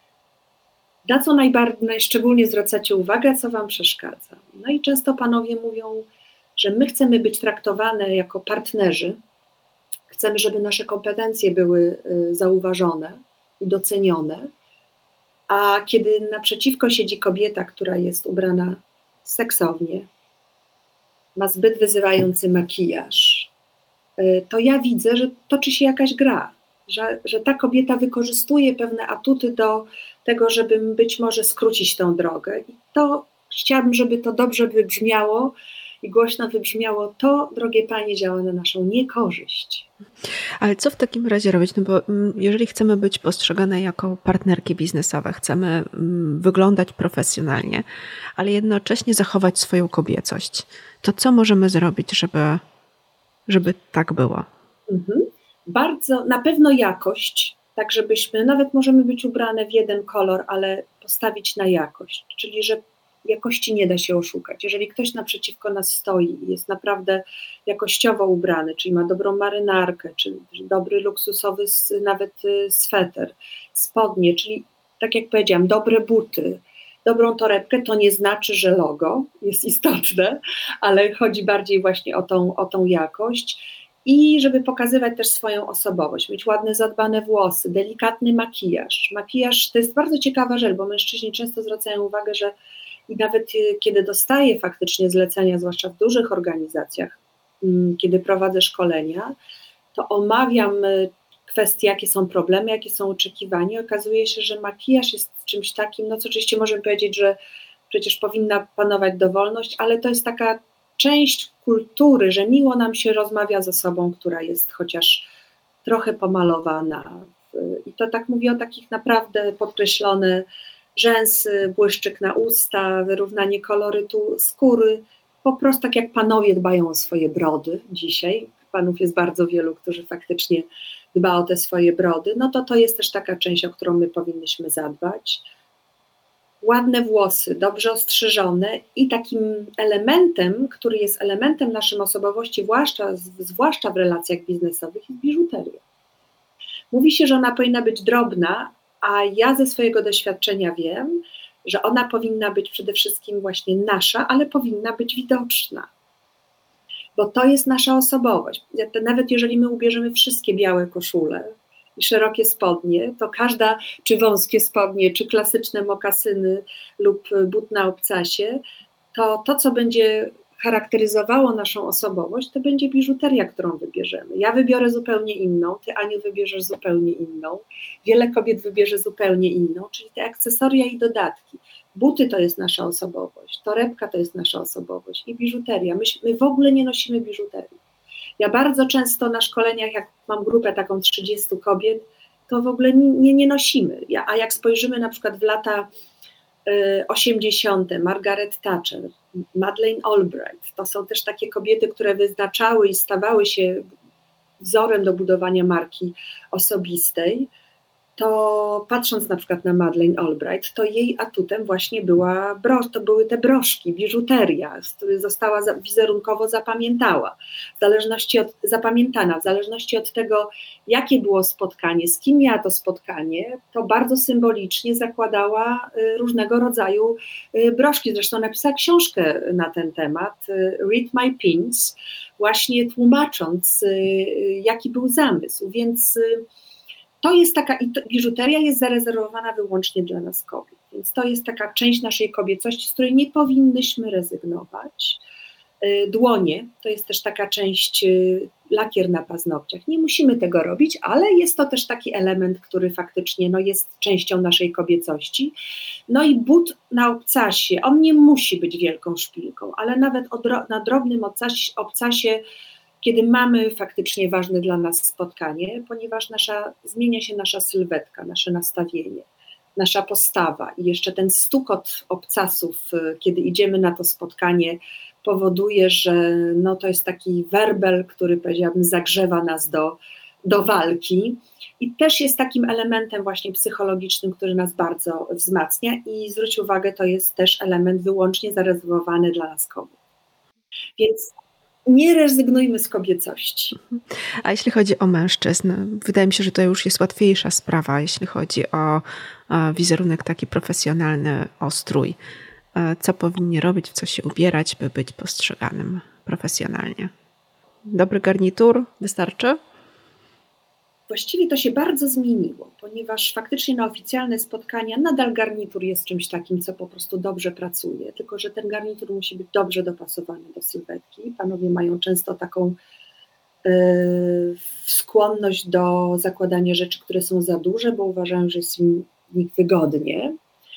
na co najbardziej, najszczególnie zwracacie uwagę, co wam przeszkadza? No i często panowie mówią, że my chcemy być traktowane jako partnerzy, chcemy, żeby nasze kompetencje były zauważone i docenione, a kiedy naprzeciwko siedzi kobieta, która jest ubrana seksownie, ma zbyt wyzywający makijaż, to ja widzę, że toczy się jakaś gra, że, że ta kobieta wykorzystuje pewne atuty do tego, żeby być może skrócić tą drogę. I to chciałabym, żeby to dobrze wybrzmiało i głośno wybrzmiało, to, drogie panie, działa na naszą niekorzyść. Ale co w takim razie robić? No bo jeżeli chcemy być postrzegane jako partnerki biznesowe, chcemy wyglądać profesjonalnie, ale jednocześnie zachować swoją kobiecość, to co możemy zrobić, żeby, żeby tak było? Mhm. Bardzo, na pewno jakość, tak żebyśmy, nawet możemy być ubrane w jeden kolor, ale postawić na jakość, czyli że jakości nie da się oszukać. Jeżeli ktoś naprzeciwko nas stoi i jest naprawdę jakościowo ubrany, czyli ma dobrą marynarkę, czy dobry luksusowy nawet sweter, spodnie, czyli tak jak powiedziałam, dobre buty, dobrą torebkę, to nie znaczy, że logo jest istotne, ale chodzi bardziej właśnie o tą, o tą jakość i żeby pokazywać też swoją osobowość, mieć ładne, zadbane włosy, delikatny makijaż. Makijaż to jest bardzo ciekawa rzecz, bo mężczyźni często zwracają uwagę, że i nawet kiedy dostaję faktycznie zlecenia, zwłaszcza w dużych organizacjach, kiedy prowadzę szkolenia, to omawiam kwestie, jakie są problemy, jakie są oczekiwania. Okazuje się, że makijaż jest czymś takim, no co oczywiście możemy powiedzieć, że przecież powinna panować dowolność, ale to jest taka część kultury, że miło nam się rozmawia ze sobą, która jest chociaż trochę pomalowana. I to tak mówię o takich naprawdę podkreślone rzęsy, błyszczyk na usta, wyrównanie kolorytu skóry, po prostu tak jak panowie dbają o swoje brody dzisiaj, panów jest bardzo wielu, którzy faktycznie dba o te swoje brody, no to to jest też taka część, o którą my powinnyśmy zadbać. Ładne włosy, dobrze ostrzyżone i takim elementem, który jest elementem naszej osobowości, zwłaszcza, zwłaszcza w relacjach biznesowych, jest biżuteria. Mówi się, że ona powinna być drobna, a ja ze swojego doświadczenia wiem, że ona powinna być przede wszystkim właśnie nasza, ale powinna być widoczna. Bo to jest nasza osobowość. Nawet jeżeli my ubierzemy wszystkie białe koszule i szerokie spodnie, to każda, czy wąskie spodnie, czy klasyczne mokasyny lub but na obcasie, to to, co będzie charakteryzowało naszą osobowość, to będzie biżuteria, którą wybierzemy. Ja wybiorę zupełnie inną, ty, Aniu, wybierzesz zupełnie inną, wiele kobiet wybierze zupełnie inną, czyli te akcesoria i dodatki. Buty to jest nasza osobowość, torebka to jest nasza osobowość i biżuteria. My, my w ogóle nie nosimy biżuterii. Ja bardzo często na szkoleniach, jak mam grupę taką trzydziestu kobiet, to w ogóle nie, nie nosimy. Ja, a jak spojrzymy na przykład w lata y, osiemdziesiąte, Margaret Thatcher, Madeleine Albright, to są też takie kobiety, które wyznaczały i stawały się wzorem do budowania marki osobistej, to patrząc na przykład na Madeleine Albright, to jej atutem właśnie była, to były te broszki, biżuteria, z której została wizerunkowo zapamiętała, w zależności od, zapamiętana, w zależności od tego, jakie było spotkanie, z kim miała to spotkanie, to bardzo symbolicznie zakładała różnego rodzaju broszki. Zresztą napisała książkę na ten temat, Read My Pins, właśnie tłumacząc, jaki był zamysł, więc to jest taka, i biżuteria jest zarezerwowana wyłącznie dla nas kobiet, więc to jest taka część naszej kobiecości, z której nie powinnyśmy rezygnować. Dłonie to jest też taka część, lakier na paznokciach, nie musimy tego robić, ale jest to też taki element, który faktycznie no, jest częścią naszej kobiecości. No i but na obcasie, on nie musi być wielką szpilką, ale nawet na drobnym obcasie, obcasie kiedy mamy faktycznie ważne dla nas spotkanie, ponieważ nasza, zmienia się nasza sylwetka, nasze nastawienie, nasza postawa i jeszcze ten stukot obcasów, kiedy idziemy na to spotkanie, powoduje, że no to jest taki werbel, który, powiedziałabym, zagrzewa nas do, do walki i też jest takim elementem właśnie psychologicznym, który nas bardzo wzmacnia i zwróć uwagę, to jest też element wyłącznie zarezerwowany dla nas kobiet. Więc nie rezygnujmy z kobiecości. A jeśli chodzi o mężczyzn, wydaje mi się, że to już jest łatwiejsza sprawa, jeśli chodzi o wizerunek taki profesjonalny, o strój. Co powinni robić, w co się ubierać, by być postrzeganym profesjonalnie? Dobry garnitur wystarczy? Właściwie to się bardzo zmieniło, ponieważ faktycznie na oficjalne spotkania nadal garnitur jest czymś takim, co po prostu dobrze pracuje, tylko że ten garnitur musi być dobrze dopasowany do sylwetki. Panowie mają często taką yy, skłonność do zakładania rzeczy, które są za duże, bo uważają, że jest im w nich wygodnie.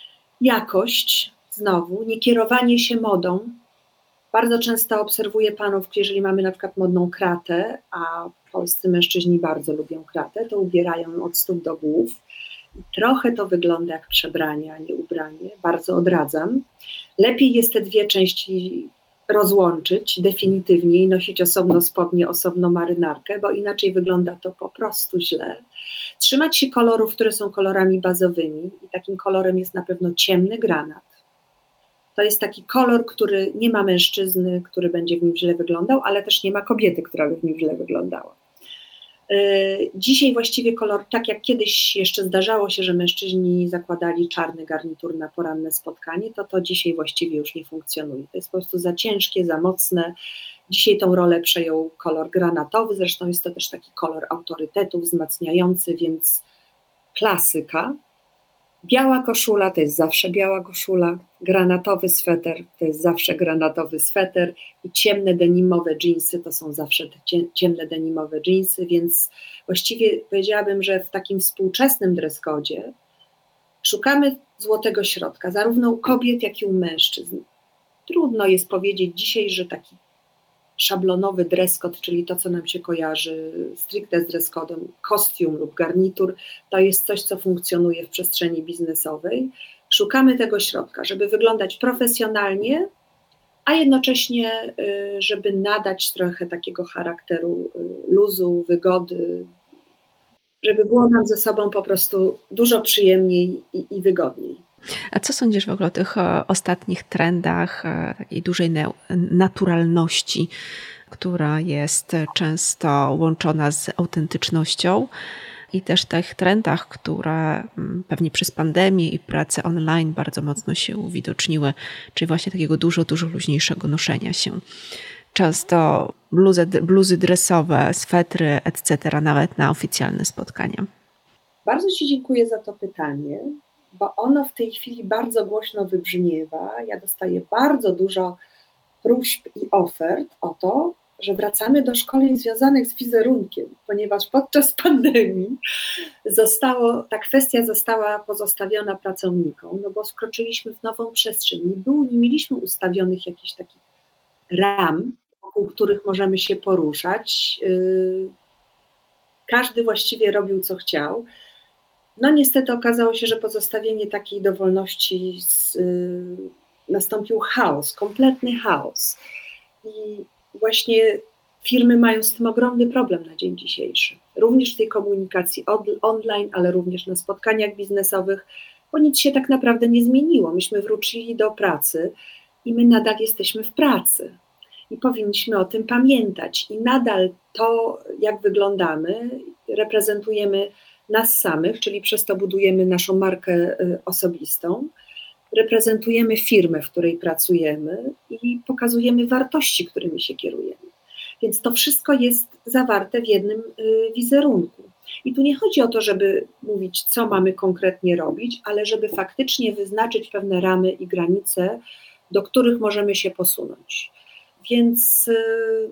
Jakość, znowu, nie kierowanie się modą. Bardzo często obserwuję panów, jeżeli mamy na przykład modną kratę, a polscy mężczyźni bardzo lubią kratę, to ubierają ją od stóp do głów. Trochę to wygląda jak przebranie, a nie ubranie. Bardzo odradzam. Lepiej jest te dwie części rozłączyć definitywnie i nosić osobno spodnie, osobno marynarkę, bo inaczej wygląda to po prostu źle. Trzymać się kolorów, które są kolorami bazowymi i takim kolorem jest na pewno ciemny granat. To jest taki kolor, który nie ma mężczyzny, który będzie w nim źle wyglądał, ale też nie ma kobiety, która by w nim źle wyglądała. Dzisiaj właściwie kolor, tak jak kiedyś jeszcze zdarzało się, że mężczyźni zakładali czarny garnitur na poranne spotkanie, to to dzisiaj właściwie już nie funkcjonuje. To jest po prostu za ciężkie, za mocne. Dzisiaj tą rolę przejął kolor granatowy, zresztą jest to też taki kolor autorytetu, wzmacniający, więc klasyka. Biała koszula to jest zawsze biała koszula, granatowy sweter to jest zawsze granatowy sweter i ciemne denimowe dżinsy to są zawsze te ciemne denimowe dżinsy, więc właściwie powiedziałabym, że w takim współczesnym dress codzie szukamy złotego środka, zarówno u kobiet, jak i u mężczyzn. Trudno jest powiedzieć dzisiaj, że taki szablonowy dress code, czyli to, co nam się kojarzy stricte z dress codem, kostium lub garnitur, to jest coś, co funkcjonuje w przestrzeni biznesowej. Szukamy tego środka, żeby wyglądać profesjonalnie, a jednocześnie, y, żeby nadać trochę takiego charakteru y, luzu, wygody, żeby było nam ze sobą po prostu dużo przyjemniej i, i wygodniej. A co sądzisz w ogóle o tych e, ostatnich trendach e, takiej dużej neu- naturalności, która jest często łączona z autentycznością i też tych trendach, które mm, pewnie przez pandemię i pracę online bardzo mocno się uwidoczniły, czyli właśnie takiego dużo, dużo luźniejszego noszenia się. Często bluzy, bluzy dresowe, swetry, et cetera, nawet na oficjalne spotkania. Bardzo Ci dziękuję za to pytanie, bo ono w tej chwili bardzo głośno wybrzmiewa. Ja dostaję bardzo dużo próśb i ofert o to, że wracamy do szkoleń związanych z wizerunkiem, ponieważ podczas pandemii zostało, ta kwestia została pozostawiona pracownikom, no bo wkroczyliśmy w nową przestrzeń. Nie, było, nie mieliśmy ustawionych jakichś takich ram, wokół których możemy się poruszać. Każdy właściwie robił, co chciał. No niestety okazało się, że pozostawienie takiej dowolności z, y, nastąpił chaos, kompletny chaos. I właśnie firmy mają z tym ogromny problem na dzień dzisiejszy. Również w tej komunikacji od, online, ale również na spotkaniach biznesowych, bo nic się tak naprawdę nie zmieniło. Myśmy wrócili do pracy i my nadal jesteśmy w pracy. I powinniśmy o tym pamiętać. I nadal to, jak wyglądamy, reprezentujemy nas samych, czyli przez to budujemy naszą markę osobistą, reprezentujemy firmę, w której pracujemy i pokazujemy wartości, którymi się kierujemy. Więc to wszystko jest zawarte w jednym wizerunku. I tu nie chodzi o to, żeby mówić, co mamy konkretnie robić, ale żeby faktycznie wyznaczyć pewne ramy i granice, do których możemy się posunąć. Więc y,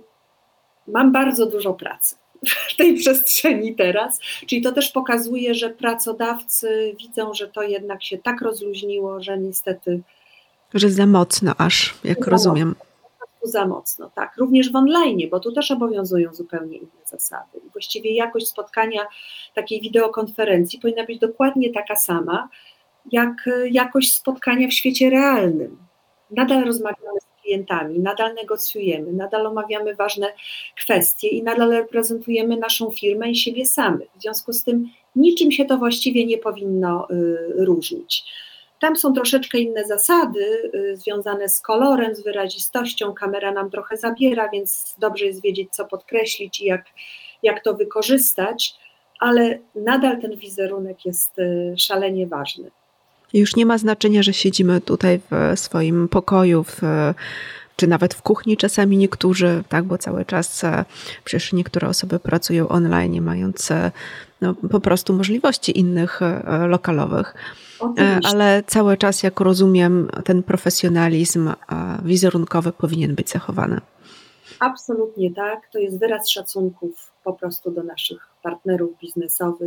mam bardzo dużo pracy w tej przestrzeni teraz, czyli to też pokazuje, że pracodawcy widzą, że to jednak się tak rozluźniło, że niestety... Że za mocno aż, jak za rozumiem. Mocno, za mocno, tak. Również w online, bo tu też obowiązują zupełnie inne zasady. I właściwie jakość spotkania takiej wideokonferencji powinna być dokładnie taka sama, jak jakość spotkania w świecie realnym. Nadal rozmawiamy z klientami, nadal negocjujemy, nadal omawiamy ważne kwestie i nadal reprezentujemy naszą firmę i siebie samych. W związku z tym niczym się to właściwie nie powinno y, różnić. Tam są troszeczkę inne zasady y, związane z kolorem, z wyrazistością. Kamera nam trochę zabiera, więc dobrze jest wiedzieć, co podkreślić i jak, jak to wykorzystać, ale nadal ten wizerunek jest y, szalenie ważny. Już nie ma znaczenia, że siedzimy tutaj w swoim pokoju, w, czy nawet w kuchni czasami niektórzy, tak, bo cały czas przecież niektóre osoby pracują online, mając no, po prostu możliwości innych lokalowych. Oczywiście. Ale cały czas, jak rozumiem, ten profesjonalizm wizerunkowy powinien być zachowany. Absolutnie tak. To jest wyraz szacunków po prostu do naszych partnerów biznesowych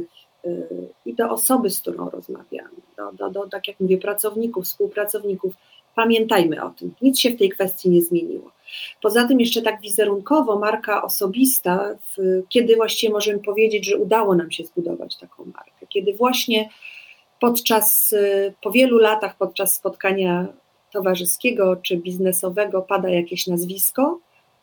i do osoby, z którą rozmawiamy, do, do, do, tak jak mówię, pracowników, współpracowników. Pamiętajmy o tym, nic się w tej kwestii nie zmieniło. Poza tym jeszcze tak wizerunkowo marka osobista, w, kiedy właściwie możemy powiedzieć, że udało nam się zbudować taką markę, kiedy właśnie podczas, po wielu latach podczas spotkania towarzyskiego czy biznesowego pada jakieś nazwisko,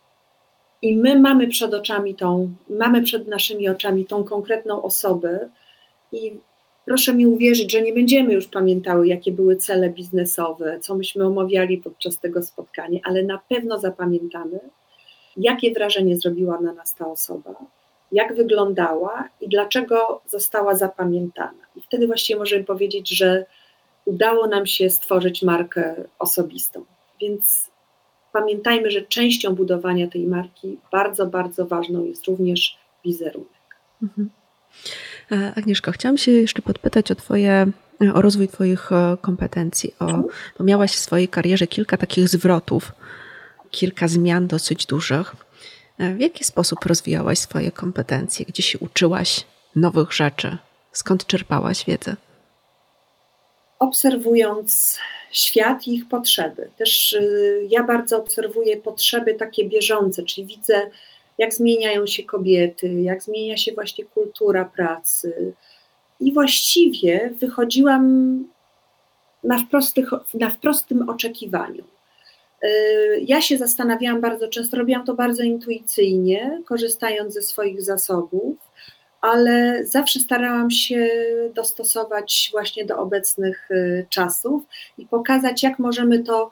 i my mamy przed oczami tą, mamy przed naszymi oczami tą konkretną osobę i proszę mi uwierzyć, że nie będziemy już pamiętały, jakie były cele biznesowe, co myśmy omawiali podczas tego spotkania, ale na pewno zapamiętamy, jakie wrażenie zrobiła na nas ta osoba, jak wyglądała i dlaczego została zapamiętana. I wtedy właściwie możemy powiedzieć, że udało nam się stworzyć markę osobistą. Więc pamiętajmy, że częścią budowania tej marki bardzo, bardzo ważną jest również wizerunek. Mhm. Agnieszko, chciałam się jeszcze podpytać o twoje, o rozwój twoich kompetencji, o, bo miałaś w swojej karierze kilka takich zwrotów, kilka zmian dosyć dużych. W jaki sposób rozwijałaś swoje kompetencje? Gdzie się uczyłaś nowych rzeczy? Skąd czerpałaś wiedzę? Obserwując świat i ich potrzeby. Też y, ja bardzo obserwuję potrzeby takie bieżące, czyli widzę, jak zmieniają się kobiety, jak zmienia się właśnie kultura pracy. I właściwie wychodziłam na, wprostych, na wprostym oczekiwaniu. Ja się zastanawiałam bardzo często, robiłam to bardzo intuicyjnie, korzystając ze swoich zasobów, ale zawsze starałam się dostosować właśnie do obecnych czasów i pokazać, jak możemy to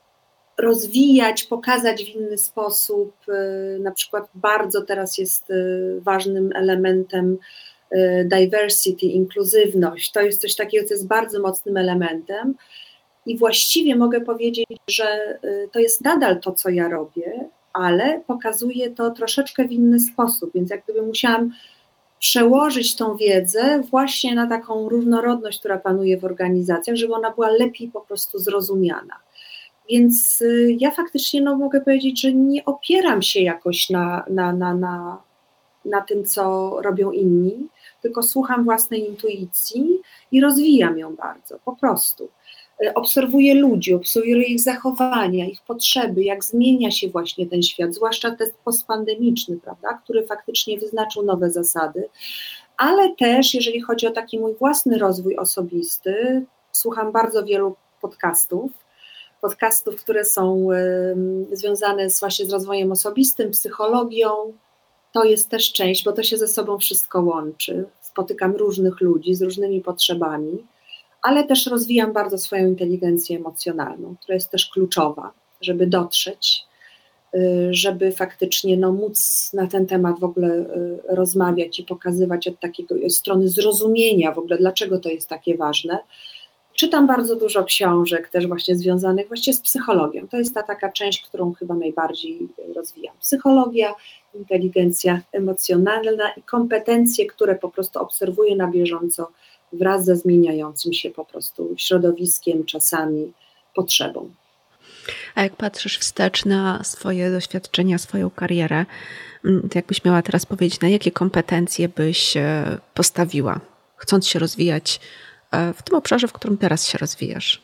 rozwijać, pokazać w inny sposób. Na przykład bardzo teraz jest ważnym elementem diversity, inkluzywność. To jest coś takiego, co jest bardzo mocnym elementem i właściwie mogę powiedzieć, że to jest nadal to, co ja robię, ale pokazuję to troszeczkę w inny sposób, więc jak gdyby musiałam przełożyć tą wiedzę właśnie na taką różnorodność, która panuje w organizacjach, żeby ona była lepiej po prostu zrozumiana. Więc ja faktycznie no, mogę powiedzieć, że nie opieram się jakoś na, na, na, na, na tym, co robią inni, tylko słucham własnej intuicji i rozwijam ją bardzo, po prostu. Obserwuję ludzi, obserwuję ich zachowania, ich potrzeby, jak zmienia się właśnie ten świat, zwłaszcza ten postpandemiczny, prawda, który faktycznie wyznaczył nowe zasady, ale też jeżeli chodzi o taki mój własny rozwój osobisty, słucham bardzo wielu podcastów, podcastów, które są y, związane z, właśnie z rozwojem osobistym, psychologią. To jest też część, bo to się ze sobą wszystko łączy. Spotykam różnych ludzi z różnymi potrzebami, ale też rozwijam bardzo swoją inteligencję emocjonalną, która jest też kluczowa, żeby dotrzeć, y, żeby faktycznie no, móc na ten temat w ogóle y, rozmawiać i pokazywać od takiego strony zrozumienia w ogóle, dlaczego to jest takie ważne. Czytam bardzo dużo książek też właśnie związanych właśnie z psychologią. To jest ta taka część, którą chyba najbardziej rozwijam. Psychologia, inteligencja emocjonalna i kompetencje, które po prostu obserwuję na bieżąco wraz ze zmieniającym się po prostu środowiskiem, czasami, potrzebą. A jak patrzysz wstecz na swoje doświadczenia, swoją karierę, to jakbyś miała teraz powiedzieć, na jakie kompetencje byś postawiła, chcąc się rozwijać w tym obszarze, w którym teraz się rozwijasz?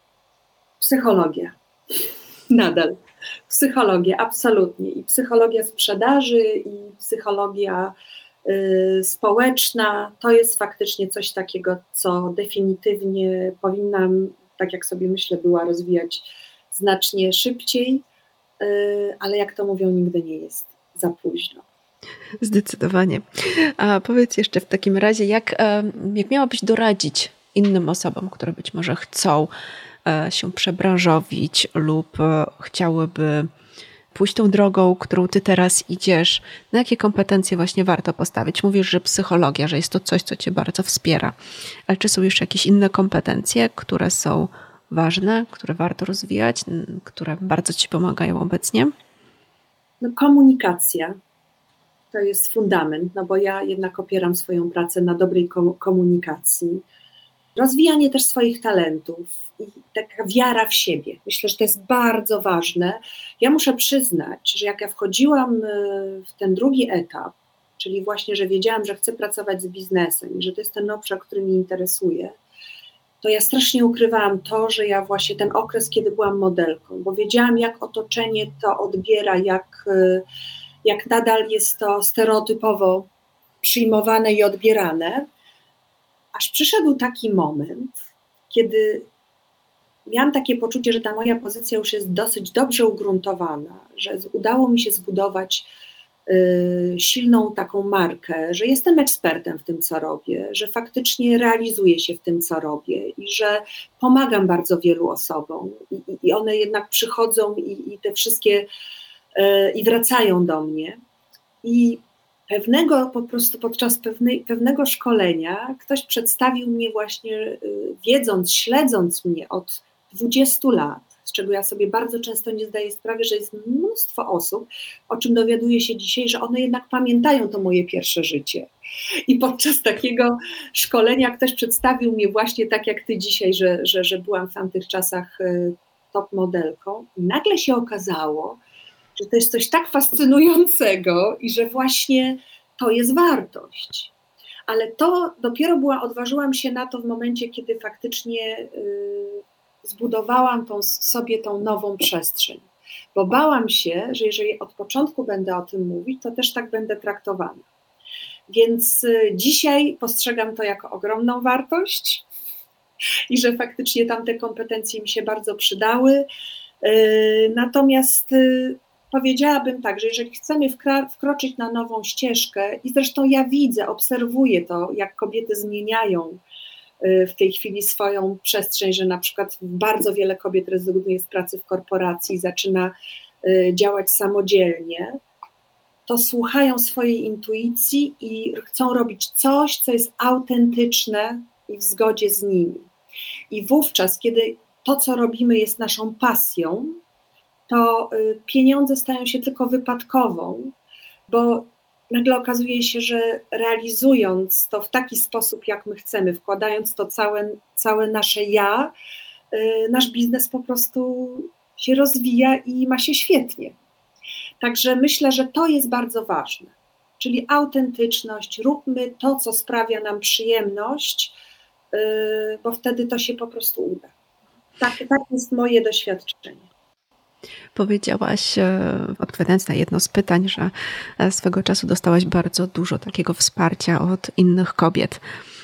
Psychologia. Nadal. Psychologia, absolutnie. I psychologia sprzedaży, i psychologia y, społeczna. To jest faktycznie coś takiego, co definitywnie powinnam, tak jak sobie myślę, była rozwijać znacznie szybciej, y, ale jak to mówią, nigdy nie jest za późno. Zdecydowanie. A powiedz jeszcze w takim razie, jak, jak miałabyś doradzić innym osobom, które być może chcą się przebranżowić lub chciałyby pójść tą drogą, którą ty teraz idziesz, na jakie kompetencje właśnie warto postawić? Mówisz, że psychologia, że jest to coś, co cię bardzo wspiera, ale czy są jeszcze jakieś inne kompetencje, które są ważne, które warto rozwijać, które bardzo ci pomagają obecnie? No, komunikacja. To jest fundament, no bo ja jednak opieram swoją pracę na dobrej komunikacji. Rozwijanie też swoich talentów i taka wiara w siebie. Myślę, że to jest bardzo ważne. Ja muszę przyznać, że jak ja wchodziłam w ten drugi etap, czyli właśnie, że wiedziałam, że chcę pracować z biznesem i że to jest ten obszar, który mnie interesuje, to ja strasznie ukrywałam to, że ja właśnie ten okres, kiedy byłam modelką, bo wiedziałam, jak otoczenie to odbiera, jak... jak nadal jest to stereotypowo przyjmowane i odbierane, aż przyszedł taki moment, kiedy miałam takie poczucie, że ta moja pozycja już jest dosyć dobrze ugruntowana, że udało mi się zbudować y, silną taką markę, że jestem ekspertem w tym, co robię, że faktycznie realizuję się w tym, co robię i że pomagam bardzo wielu osobom i, i one jednak przychodzą i, i te wszystkie i wracają do mnie i pewnego po prostu podczas pewnej, pewnego szkolenia ktoś przedstawił mnie właśnie wiedząc, śledząc mnie od dwudziestu lat, z czego ja sobie bardzo często nie zdaję sprawy, że jest mnóstwo osób, o czym dowiaduję się dzisiaj, że one jednak pamiętają to moje pierwsze życie. I podczas takiego szkolenia ktoś przedstawił mnie właśnie tak jak ty dzisiaj, że, że, że byłam w tamtych czasach top modelką i nagle się okazało, że to jest coś tak fascynującego i że właśnie to jest wartość. Ale to dopiero była, odważyłam się na to w momencie, kiedy faktycznie y, zbudowałam tą, sobie tą nową przestrzeń. Bo bałam się, że jeżeli od początku będę o tym mówić, to też tak będę traktowana. Więc y, dzisiaj postrzegam to jako ogromną wartość i że faktycznie tamte kompetencje mi się bardzo przydały. Natomiast powiedziałabym tak, że jeżeli chcemy wkroczyć na nową ścieżkę, i zresztą ja widzę, obserwuję to, jak kobiety zmieniają w tej chwili swoją przestrzeń, że na przykład bardzo wiele kobiet rezygnuje z pracy w korporacji, zaczyna działać samodzielnie, to słuchają swojej intuicji i chcą robić coś, co jest autentyczne i w zgodzie z nimi. I wówczas, kiedy to, co robimy, jest naszą pasją, to pieniądze stają się tylko wypadkową, bo nagle okazuje się, że realizując to w taki sposób, jak my chcemy, wkładając to całe, całe nasze ja, nasz biznes po prostu się rozwija i ma się świetnie. Także myślę, że to jest bardzo ważne, czyli autentyczność, róbmy to, co sprawia nam przyjemność, bo wtedy to się po prostu uda. Tak, tak jest moje doświadczenie. Powiedziałaś, odpowiadając na jedno z pytań, że swego czasu dostałaś bardzo dużo takiego wsparcia od innych kobiet.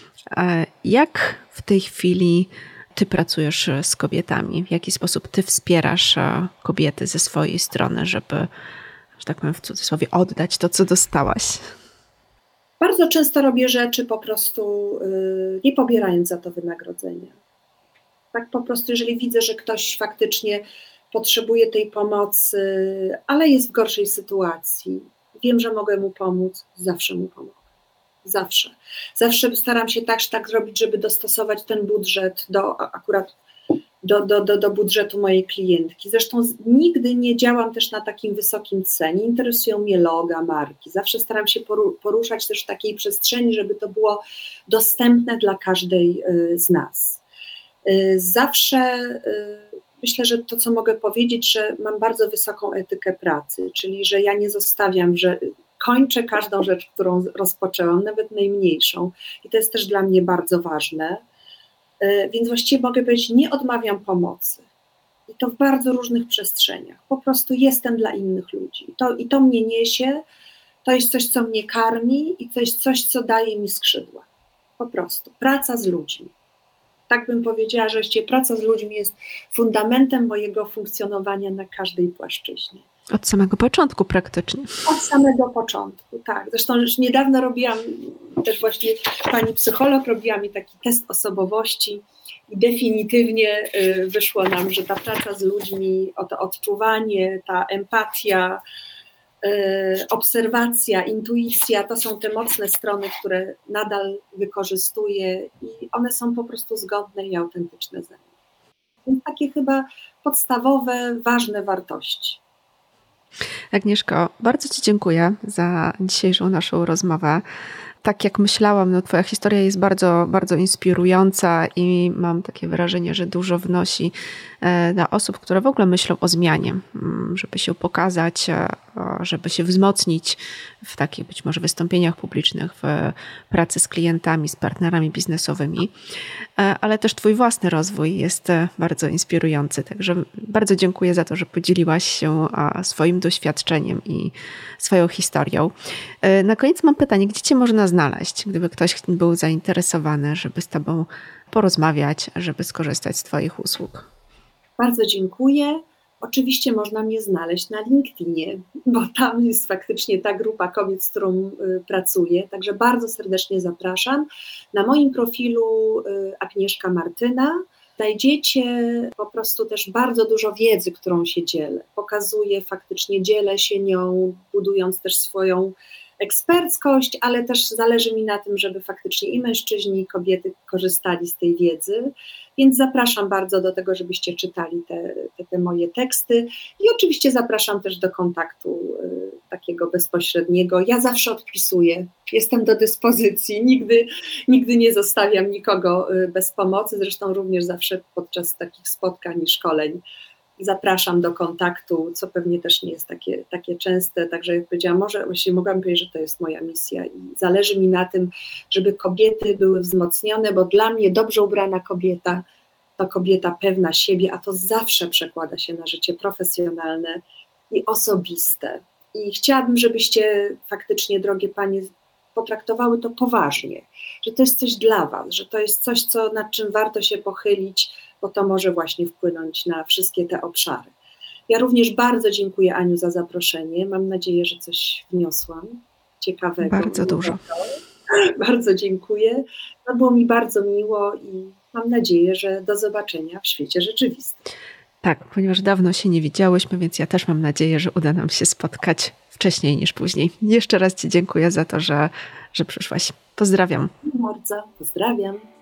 Jak w tej chwili ty pracujesz z kobietami? W jaki sposób ty wspierasz kobiety ze swojej strony, żeby, że tak powiem w cudzysłowie, oddać to, co dostałaś? Bardzo często robię rzeczy po prostu nie pobierając za to wynagrodzenia. Tak po prostu, jeżeli widzę, że ktoś faktycznie potrzebuje tej pomocy, ale jest w gorszej sytuacji, wiem, że mogę mu pomóc, zawsze mu pomogę. Zawsze. Zawsze staram się też tak zrobić, żeby dostosować ten budżet do akurat do, do, do, do budżetu mojej klientki. Zresztą nigdy nie działam też na takim wysokim cenie. Interesują mnie loga, marki. Zawsze staram się poruszać też w takiej przestrzeni, żeby to było dostępne dla każdej z nas. Zawsze myślę, że to, co mogę powiedzieć, że mam bardzo wysoką etykę pracy, czyli że ja nie zostawiam, że kończę każdą rzecz, którą rozpoczęłam, nawet najmniejszą. I to jest też dla mnie bardzo ważne. Więc właściwie mogę powiedzieć, nie odmawiam pomocy. I to w bardzo różnych przestrzeniach. Po prostu jestem dla innych ludzi. I to, i to mnie niesie, to jest coś, co mnie karmi i to jest coś, co daje mi skrzydła. Po prostu. Praca z ludźmi. Tak bym powiedziała, że właściwie praca z ludźmi jest fundamentem mojego funkcjonowania na każdej płaszczyźnie. Od samego początku praktycznie. Od samego początku, tak. Zresztą już niedawno robiłam, też właśnie pani psycholog robiła mi taki test osobowości i definitywnie wyszło nam, że ta praca z ludźmi, to odczuwanie, ta empatia, obserwacja, intuicja, to są te mocne strony, które nadal wykorzystuję i one są po prostu zgodne i autentyczne ze mną. Więc takie chyba podstawowe, ważne wartości. Agnieszko, bardzo ci dziękuję za dzisiejszą naszą rozmowę. Tak jak myślałam, no twoja historia jest bardzo, bardzo inspirująca i mam takie wrażenie, że dużo wnosi dla osób, które w ogóle myślą o zmianie, żeby się pokazać, żeby się wzmocnić w takich być może wystąpieniach publicznych, w pracy z klientami, z partnerami biznesowymi, ale też twój własny rozwój jest bardzo inspirujący. Także bardzo dziękuję za to, że podzieliłaś się swoim doświadczeniem i swoją historią. Na koniec mam pytanie, gdzie cię można znaleźć, gdyby ktoś był zainteresowany, żeby z tobą porozmawiać, żeby skorzystać z twoich usług? Bardzo dziękuję. Oczywiście można mnie znaleźć na LinkedInie, bo tam jest faktycznie ta grupa kobiet, z którą pracuję, także bardzo serdecznie zapraszam. Na moim profilu Agnieszka Martyna znajdziecie po prostu też bardzo dużo wiedzy, którą się dzielę. Pokazuję, faktycznie dzielę się nią, budując też swoją eksperckość, ale też zależy mi na tym, żeby faktycznie i mężczyźni, i kobiety korzystali z tej wiedzy, więc zapraszam bardzo do tego, żebyście czytali te, te, te moje teksty i oczywiście zapraszam też do kontaktu y, takiego bezpośredniego. Ja zawsze odpisuję, jestem do dyspozycji, nigdy, nigdy nie zostawiam nikogo y, bez pomocy, zresztą również zawsze podczas takich spotkań i szkoleń zapraszam do kontaktu, co pewnie też nie jest takie, takie częste, także jak powiedziałam, może właściwie mogłam powiedzieć, że to jest moja misja i zależy mi na tym, żeby kobiety były wzmocnione, bo dla mnie dobrze ubrana kobieta to kobieta pewna siebie, a to zawsze przekłada się na życie profesjonalne i osobiste. I chciałabym, żebyście faktycznie, drogie panie, potraktowały to poważnie, że to jest coś dla was, że to jest coś, co, nad czym warto się pochylić, bo to może właśnie wpłynąć na wszystkie te obszary. Ja również bardzo dziękuję, Aniu, za zaproszenie. Mam nadzieję, że coś wniosłam ciekawego. Bardzo dużo. Bardzo dziękuję. No, było mi bardzo miło i mam nadzieję, że do zobaczenia w świecie rzeczywistym. Tak, ponieważ dawno się nie widziałyśmy, więc ja też mam nadzieję, że uda nam się spotkać wcześniej niż później. Jeszcze raz Ci dziękuję za to, że, że przyszłaś. Pozdrawiam. Bardzo pozdrawiam.